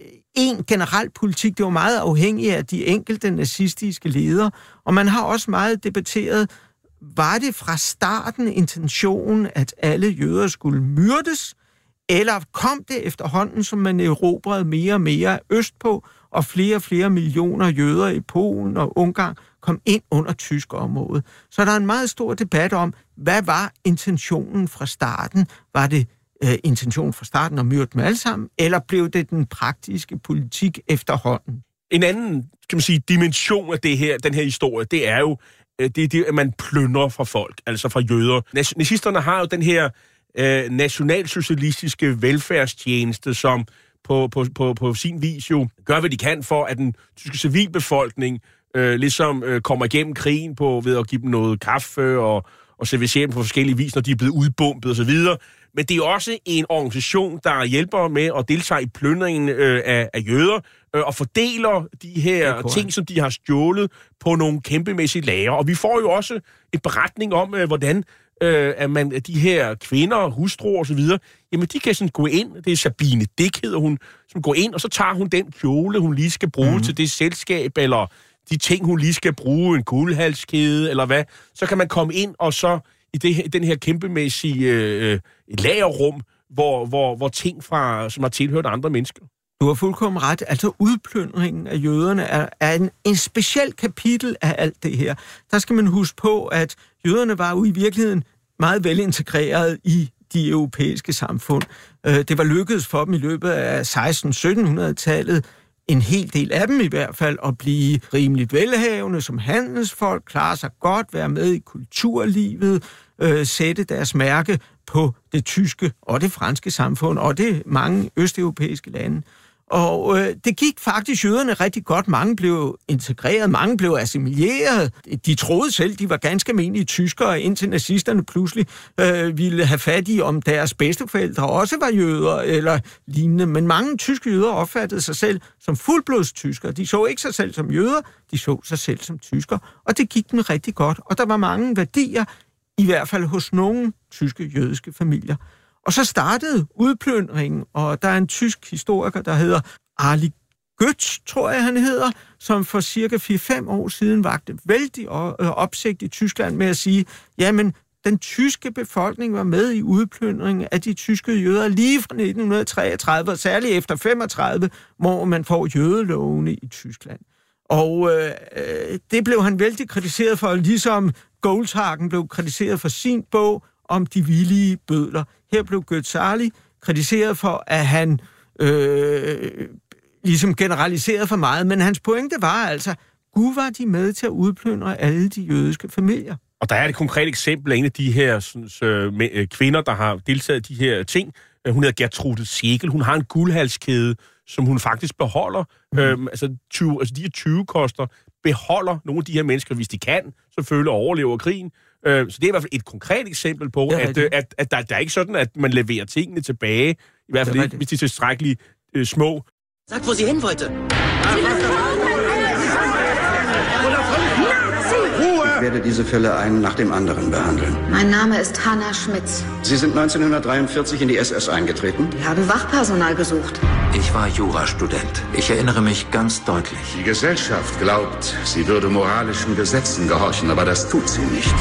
en generel politik. Det var meget afhængigt af de enkelte nazistiske ledere. Og man har også meget debatteret, var det fra starten intentionen, at alle jøder skulle myrdes? Eller kom det efterhånden, som man erobrede mere og mere østpå, og flere og flere millioner jøder i Polen og Ungarn kom ind under tysk område. Så der er en meget stor debat om, hvad var intentionen fra starten? Var det øh, intentionen fra starten at myrde dem alle sammen, eller blev det den praktiske politik efterhånden? En anden, kan man sige, dimension af det her, den her historie, det er jo, det er det, at man plyndrer fra folk, altså fra jøder. Nazisterne har jo den her øh, nationalsocialistiske velfærdstjeneste, som På, på, på, på sin vis jo gør, hvad de kan for, at den tyske civilbefolkning øh, ligesom øh, kommer igennem krigen på ved at give dem noget kaffe og, og servicere dem på forskellige vis, når de er blevet udbumpet osv. Men det er også en organisation, der hjælper med at deltage i plyndringen øh, af, af jøder øh, og fordeler de her ting, som de har stjålet på nogle kæmpemæssige lager. Og vi får jo også en beretning om, øh, hvordan Øh, at man, at de her kvinder, hustruer og så videre, jamen de kan sådan gå ind, det er Sabine Dick, hedder hun, som går ind, og så tager hun den kjole, hun lige skal bruge mm. til det selskab, eller de ting, hun lige skal bruge, en guldhalskæde, eller hvad, så kan man komme ind, og så i det, den her kæmpemæssige øh, lagerrum, hvor, hvor, hvor ting fra, som har tilhørt andre mennesker. Du har fuldkommen ret. Altså udplyndringen af jøderne er, er en, en speciel kapitel af alt det her. Der skal man huske på, at jøderne var jo i virkeligheden meget velintegreret i de europæiske samfund. Det var lykkedes for dem i løbet af seksten-syttenhundredetallet, en hel del af dem i hvert fald, at blive rimelig velhavende som handelsfolk, klare sig godt, være med i kulturlivet, øh, sætte deres mærke på det tyske og det franske samfund og det mange østeuropæiske lande. Og øh, det gik faktisk jøderne rigtig godt. Mange blev integreret, mange blev assimileret. De troede selv, de var ganske almindelige tyskere, indtil nazisterne pludselig øh, ville have fat i, om deres bedsteforældre også var jøder eller lignende. Men mange tyske jøder opfattede sig selv som fuldblodstyskere. De så ikke sig selv som jøder, de så sig selv som tyskere. Og det gik dem rigtig godt. Og der var mange værdier, i hvert fald hos nogle tyske jødiske familier. Og så startede udplyndringen, og der er en tysk historiker, der hedder Arli Götz, tror jeg han hedder, som for cirka fire fem år siden vagte vældig opsigt i Tyskland med at sige, jamen, den tyske befolkning var med i udplyndringen af de tyske jøder lige fra nitten treogtredive, og særligt efter femogtredive, hvor man får jødelovene i Tyskland. Og øh, det blev han vældig kritiseret for, ligesom Goldhagen blev kritiseret for sin bog om de villige bødler. Her blev Götz kritiseret for, at han øh, ligesom generaliserede for meget, men hans pointe var altså, Gud var de med til at udplyndre alle de jødiske familier. Og der er et konkret eksempel af en af de her sådan, så, med, kvinder, der har deltaget i de her ting. Hun hedder Gertrude Segel. Hun har en guldhalskæde, som hun faktisk beholder. Mm. Øhm, altså, tyve, altså de her tyve-koster beholder nogle af de her mennesker, hvis de kan, selvfølgelig overlever krigen. Øh, så det er i hvert fald et konkret eksempel på, ja, at, at, at der, der er ikke sådan, at man leverer tingene tilbage, i hvert fald ikke, hvis de er tilstrækkeligt øh, små. Sag, wo Sie hin wollte. Ich werde diese Fälle einen nach dem anderen behandeln. Mein Name ist Hanna Schmitz. Sie sind neunzehnhundertdreiundvierzig in die S S eingetreten? Wir haben Wachpersonal gesucht. Ich war Jurastudent. Ich erinnere mich ganz deutlich. Die Gesellschaft glaubt, sie würde moralischen Gesetzen gehorchen, aber das tut sie nicht.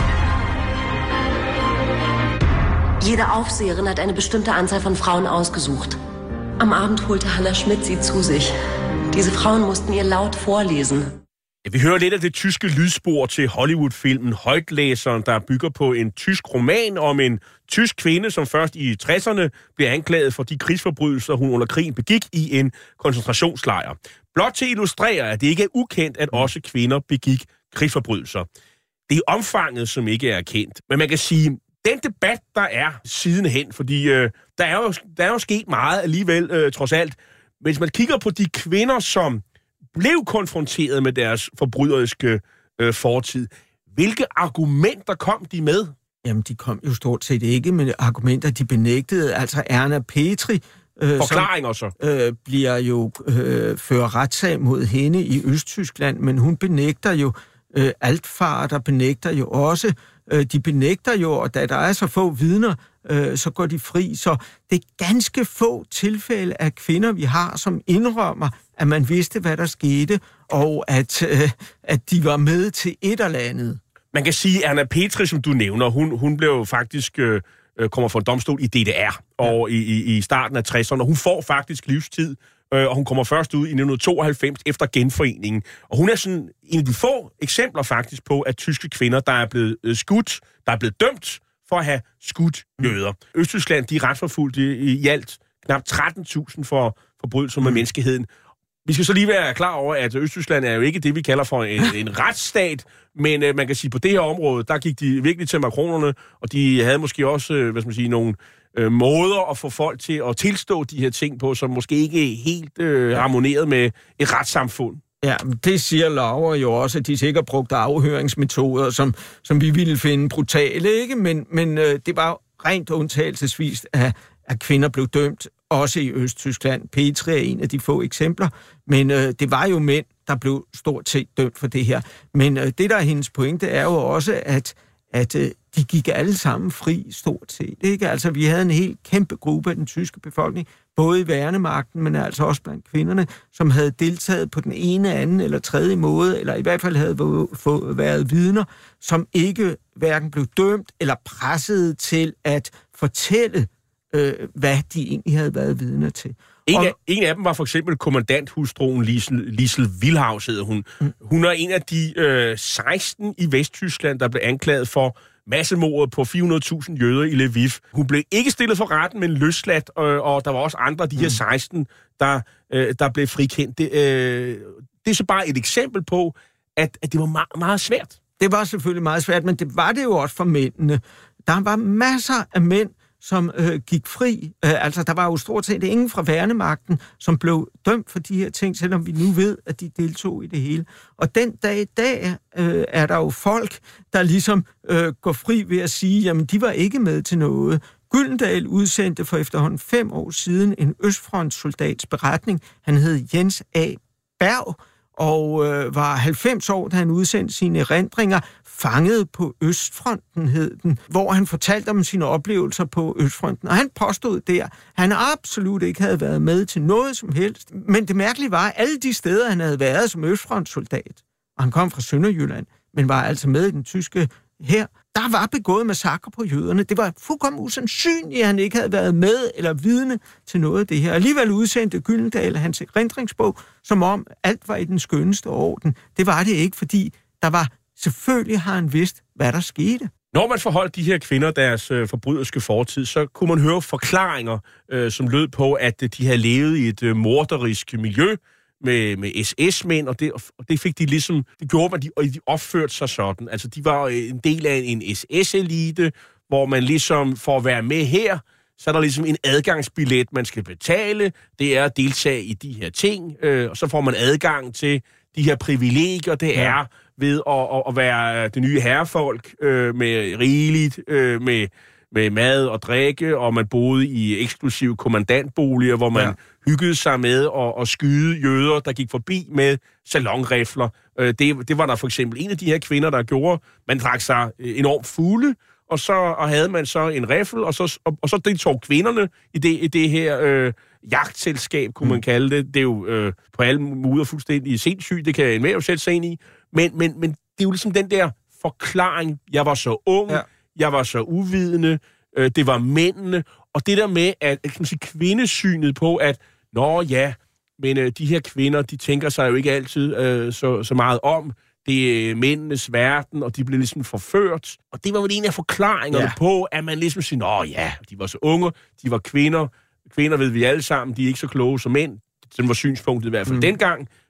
Jede Aufseherin hat eine bestimmte Anzahl von Frauen ausgesucht. Am Abend holte Hanna Schmidt sie zu sich. Diese Frauen mussten ihr laut vorlesen. Ja, vi hører lidt af det tyske lydspor til Hollywood-filmen Højtlæseren, der bygger på en tysk roman om en tysk kvinde, som først i tresserne bliver anklaget for de krigsforbrydelser, hun under krigen begik i en koncentrationslejr. Blot til at illustrere, at det ikke er ukendt, at også kvinder begik krigsforbrydelser. Det er omfanget, som ikke er kendt. Men man kan sige, den debat, der er sidenhen, fordi øh, der, er jo, der er jo sket meget alligevel, øh, trods alt. Hvis man kigger på de kvinder, som blev konfronteret med deres forbryderiske øh, fortid, hvilke argumenter kom de med? Jamen, de kom jo stort set ikke med argumenter, de benægtede. Altså Erna Petri, øh, Forklaringer som, så. Øh, bliver jo øh, fører retssag mod hende i Østtyskland, men hun benægter jo øh, altfarter, benægter jo også. Øh, de benægter jo, og da der er så få vidner, øh, så går de fri. Så det er ganske få tilfælde af kvinder, vi har, som indrømmer, at man vidste, hvad der skete, og at, øh, at de var med til et eller andet. Man kan sige, at Erna Petri, som du nævner, hun, hun blev faktisk øh, kommer fra en domstol i D D R og i, i, i starten af tresserne, og hun får faktisk livstid, øh, og hun kommer først ud i nitten tooghalvfems efter genforeningen. Og hun er sådan en af de få eksempler faktisk på, at tyske kvinder, der er blevet øh, skudt, der er blevet dømt for at have skudt jøder. Mm. Østtyskland, de er retsforfulgt i, i alt knap tretten tusind for forbrydelser mm. med menneskeheden. Vi skal så lige være klar over, at Østtyskland er jo ikke det, vi kalder for en, en retsstat, men øh, man kan sige, på det her område, der gik de virkelig til makronerne, og de havde måske også, øh, hvad skal man sige, nogle øh, måder at få folk til at tilstå de her ting på, som måske ikke helt øh, harmoneret med et retssamfund. Ja, det siger Laura jo også, at de sikkert brugte afhøringsmetoder, som, som vi ville finde brutale, ikke? Men, men øh, det var rent undtagelsesvist, at, at kvinder blev dømt, også i Østtyskland. Petri er en af de få eksempler, men øh, det var jo mænd, der blev stort set dømt for det her. Men øh, det, der er hendes pointe, er jo også, at, at øh, de gik alle sammen fri stort set. Ikke? Altså, vi havde en helt kæmpe gruppe af den tyske befolkning, både i værnemagten, men altså også blandt kvinderne, som havde deltaget på den ene, anden eller tredje måde, eller i hvert fald havde været vidner, som ikke hverken blev dømt eller presset til at fortælle, øh, hvad de egentlig havde været vidner til. En af, en af dem var for eksempel kommandanthustruen Liesel, Liesel Wilhaus, hedder hun. Mm. Hun er en af de øh, seksten i Vesttyskland, der blev anklaget for massemordet på fire hundrede tusind jøder i Lviv. Hun blev ikke stillet for retten, men løsladt, øh, og der var også andre af de her seksten, der, øh, der blev frikendt. Det, øh, det er så bare et eksempel på, at, at det var meget, meget svært. Det var selvfølgelig meget svært, men det var det jo også for mændene. Der var masser af mænd, som øh, gik fri. Øh, altså, der var jo stort set ingen fra værnemagten, som blev dømt for de her ting, selvom vi nu ved, at de deltog i det hele. Og den dag i dag øh, er der jo folk, der ligesom øh, går fri ved at sige, jamen, de var ikke med til noget. Gyldendal udsendte for efterhånden fem år siden en Østfrontsoldats beretning. Han hed Jens A. Berg, og øh, var halvfems år, da han udsendte sine erindringer, fanget på Østfronten, hed den, hvor han fortalte om sine oplevelser på Østfronten. Og han påstod der, at han absolut ikke havde været med til noget som helst. Men det mærkelige var, at alle de steder, han havde været som Østfrontsoldat, og han kom fra Sønderjylland, men var altså med i den tyske hær, der var begået massakre på jøderne. Det var fuldkommen usandsynligt, at han ikke havde været med eller vidne til noget af det her. Alligevel udsendte Gyldendal hans erindringsbog, som om alt var i den skønneste orden. Det var det ikke, fordi der var, selvfølgelig har han vidst, hvad der skete. Når man forholdt de her kvinder deres øh, forbryderske fortid, så kunne man høre forklaringer, øh, som lød på, at de havde levet i et øh, morderisk miljø med, med S S-mænd, og det, og det fik de ligesom, det gjorde man, de, og de opførte sig sådan. Altså, de var en del af en S S-elite, hvor man ligesom, for at være med her, så er der ligesom en adgangsbillet, man skal betale. Det er at deltage i de her ting, øh, og så får man adgang til de her privilegier, det er ja. ved at, at, at være det nye herrefolk øh, med rigeligt, øh, med, med mad og drikke, og man boede i eksklusive kommandantboliger, hvor man ja. hyggede sig med at, at skyde jøder, der gik forbi med salonrifler. Øh, det, det var der for eksempel en af de her kvinder, der gjorde. Man drak sig enormt fulde, og så og havde man så en riffel, og så, og, og så deltog kvinderne i det, i det her øh, jagtselskab, kunne man kalde det. Det er jo øh, på alle måder fuldstændig sindssygt, det kan enhver jo sætte sig ind i. Men, men, men det er jo ligesom den der forklaring, jeg var så ung, ja. jeg var så uvidende, øh, det var mændene, og det der med, at kan man sige, kvindesynet på, at nå ja, men øh, de her kvinder, de tænker sig jo ikke altid øh, så, så meget om, det er mændenes verden, og de blev ligesom forført. Og det var vel en af forklaringerne ja. på, at man ligesom siger, nå ja, de var så unge, de var kvinder. Kvinder ved vi alle sammen, de er ikke så kloge som mænd. Den var synspunktet i hvert fald mm. dengang.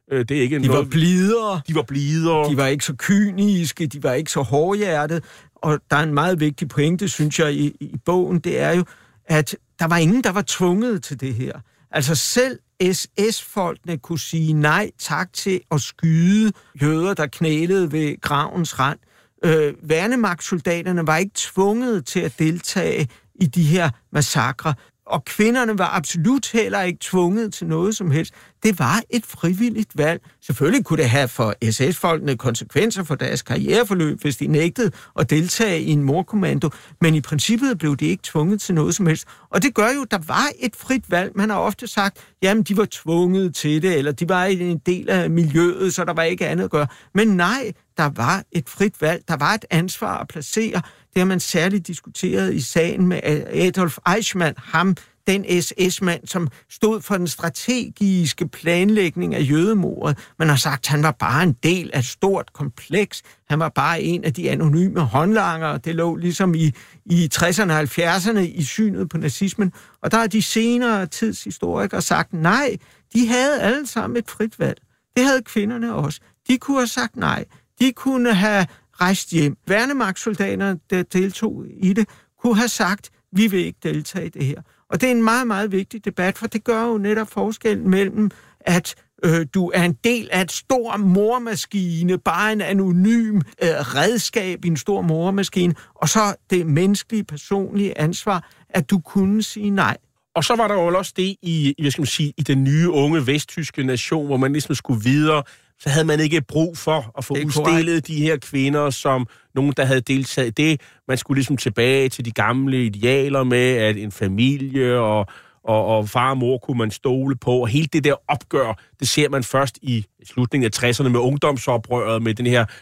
Det er ikke de noget... var blidere. De var blidere. De var ikke så kyniske, de var ikke så hårdhjertede. Og der er en meget vigtig pointe, synes jeg, i, i bogen, det er jo, at der var ingen, der var tvunget til det her. Altså selv S S-folkene kunne sige nej tak til at skyde jøder, der knælede ved gravens rand. Øh, værnemagtssoldaterne var ikke tvunget til at deltage i de her massakre. Og kvinderne var absolut heller ikke tvunget til noget som helst. Det var et frivilligt valg. Selvfølgelig kunne det have for S S-folkene konsekvenser for deres karriereforløb, hvis de nægtede at deltage i en mordkommando, men i princippet blev de ikke tvunget til noget som helst. Og det gør jo, at der var et frit valg. Man har ofte sagt, jamen de var tvunget til det, eller de var en del af miljøet, så der var ikke andet at gøre. Men nej, der var et frit valg. Der var et ansvar at placere. Det har man særligt diskuteret i sagen med Adolf Eichmann, ham, den S S-mand, som stod for den strategiske planlægning af jødemordet. Man har sagt, at han var bare en del af et stort kompleks. Han var bare en af de anonyme håndlangere. Det lå ligesom i, i tresserne og halvfjerdserne i synet på nazismen. Og der har de senere tidshistorikere sagt, nej, de havde alle sammen et frit valg. Det havde kvinderne også. De kunne have sagt nej. De kunne have rejst hjem. Værnemagtssoldaterne, der deltog i det, kunne have sagt, vi vil ikke deltage i det her. Og det er en meget, meget vigtig debat, for det gør jo netop forskellen mellem, at øh, du er en del af et stor mormaskine, bare en anonym øh, redskab i en stor mormaskine, og så det menneskelige, personlige ansvar, at du kunne sige nej. Og så var der jo også det i, hvad skal man sige, i den nye unge vesttyske nation, hvor man ligesom skulle videre. Så havde man ikke brug for at få udstillet de her kvinder som nogen, der havde deltaget i det. Man skulle ligesom tilbage til de gamle idealer med, at en familie og, og, og far og mor kunne man stole på. Og hele det der opgør, det ser man først i slutningen af tresserne med ungdomsoprøret, med den her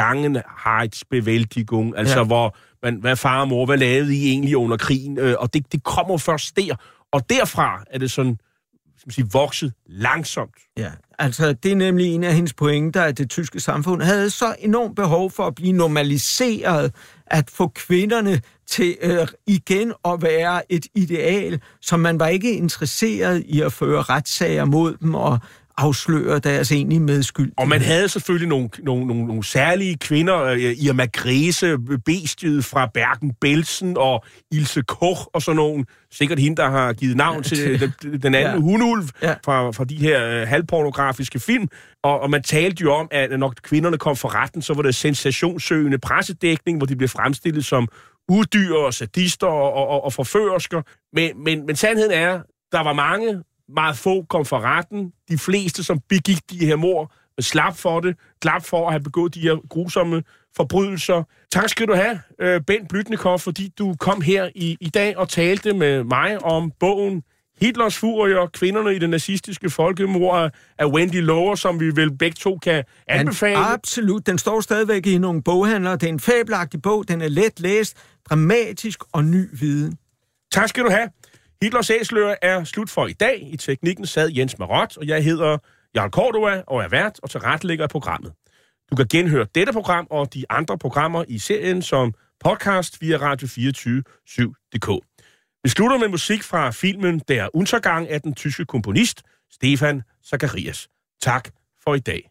Vergangenheitsbewältigung, altså ja. hvor man, hvad far og mor, hvad lavede I egentlig under krigen? Og det, det kommer først der. Og derfra er det sådan, skal man sige, vokset langsomt. Ja, altså det er nemlig en af hendes pointer, at det tyske samfund havde så enormt behov for at blive normaliseret, at få kvinderne til øh, igen at være et ideal, som man var ikke interesseret i at føre retssager mod dem og afsløre deres egentlige medskyld. Og man havde selvfølgelig nogle, nogle, nogle, nogle særlige kvinder, Irma Gräse, bestiet fra Bergen-Belsen og Ilse Koch og sådan nogle. Sikkert hende, der har givet navn ja, til den, den anden ja. hunulv ja. Fra, fra de her uh, halvpornografiske film. Og, og man talte jo om, at når kvinderne kom for retten, så var det sensationssøgende pressedækning, hvor de blev fremstillet som udyr og sadister og, og, og, og forførersker. Men, men, men sandheden er, der var mange, meget få kom for retten. De fleste, som begik de her mord, slap for det, slap for at have begået de her grusomme forbrydelser. Tak skal du have, Bent Blüdnikoff, fordi du kom her i, i dag og talte med mig om bogen Hitlers Furier, kvinderne i det nazistiske folkemord af Wendy Lower, som vi vel begge to kan anbefale. Den, absolut. Den står stadigvæk i nogle boghandlere. Det er en fabelagtig bog. Den er let læst, dramatisk og ny viden. Tak skal du have. Hitlers Æseløer er slut for i dag. I teknikken sad Jens Marot, og jeg hedder Jarl Cordua og er vært og tilrettelægger programmet. Du kan genhøre dette program og de andre programmer i serien som podcast via radio fireogtyve syv punktum d k. Vi slutter med musik fra filmen Der Untergang af den tyske komponist Stefan Zacharias. Tak for i dag.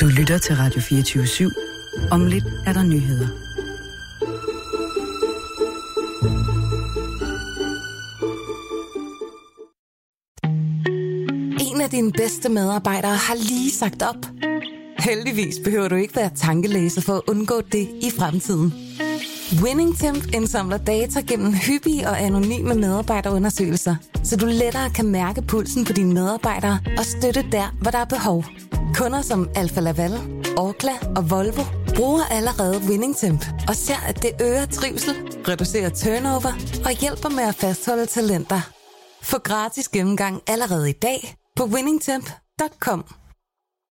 Du lytter til Radio fireogtyve syv. Om lidt er der nyheder. En af dine bedste medarbejdere har lige sagt op. Heldigvis behøver du ikke være tankelæser for at undgå det i fremtiden. WinningTemp indsamler data gennem hyppige og anonyme medarbejderundersøgelser, så du lettere kan mærke pulsen på dine medarbejdere og støtte der, hvor der er behov. Kunder som Alfa Laval, Orkla og Volvo bruger allerede WinningTemp og ser, at det øger trivsel, reducerer turnover og hjælper med at fastholde talenter. Få gratis gennemgang allerede i dag på winningtemp punktum com.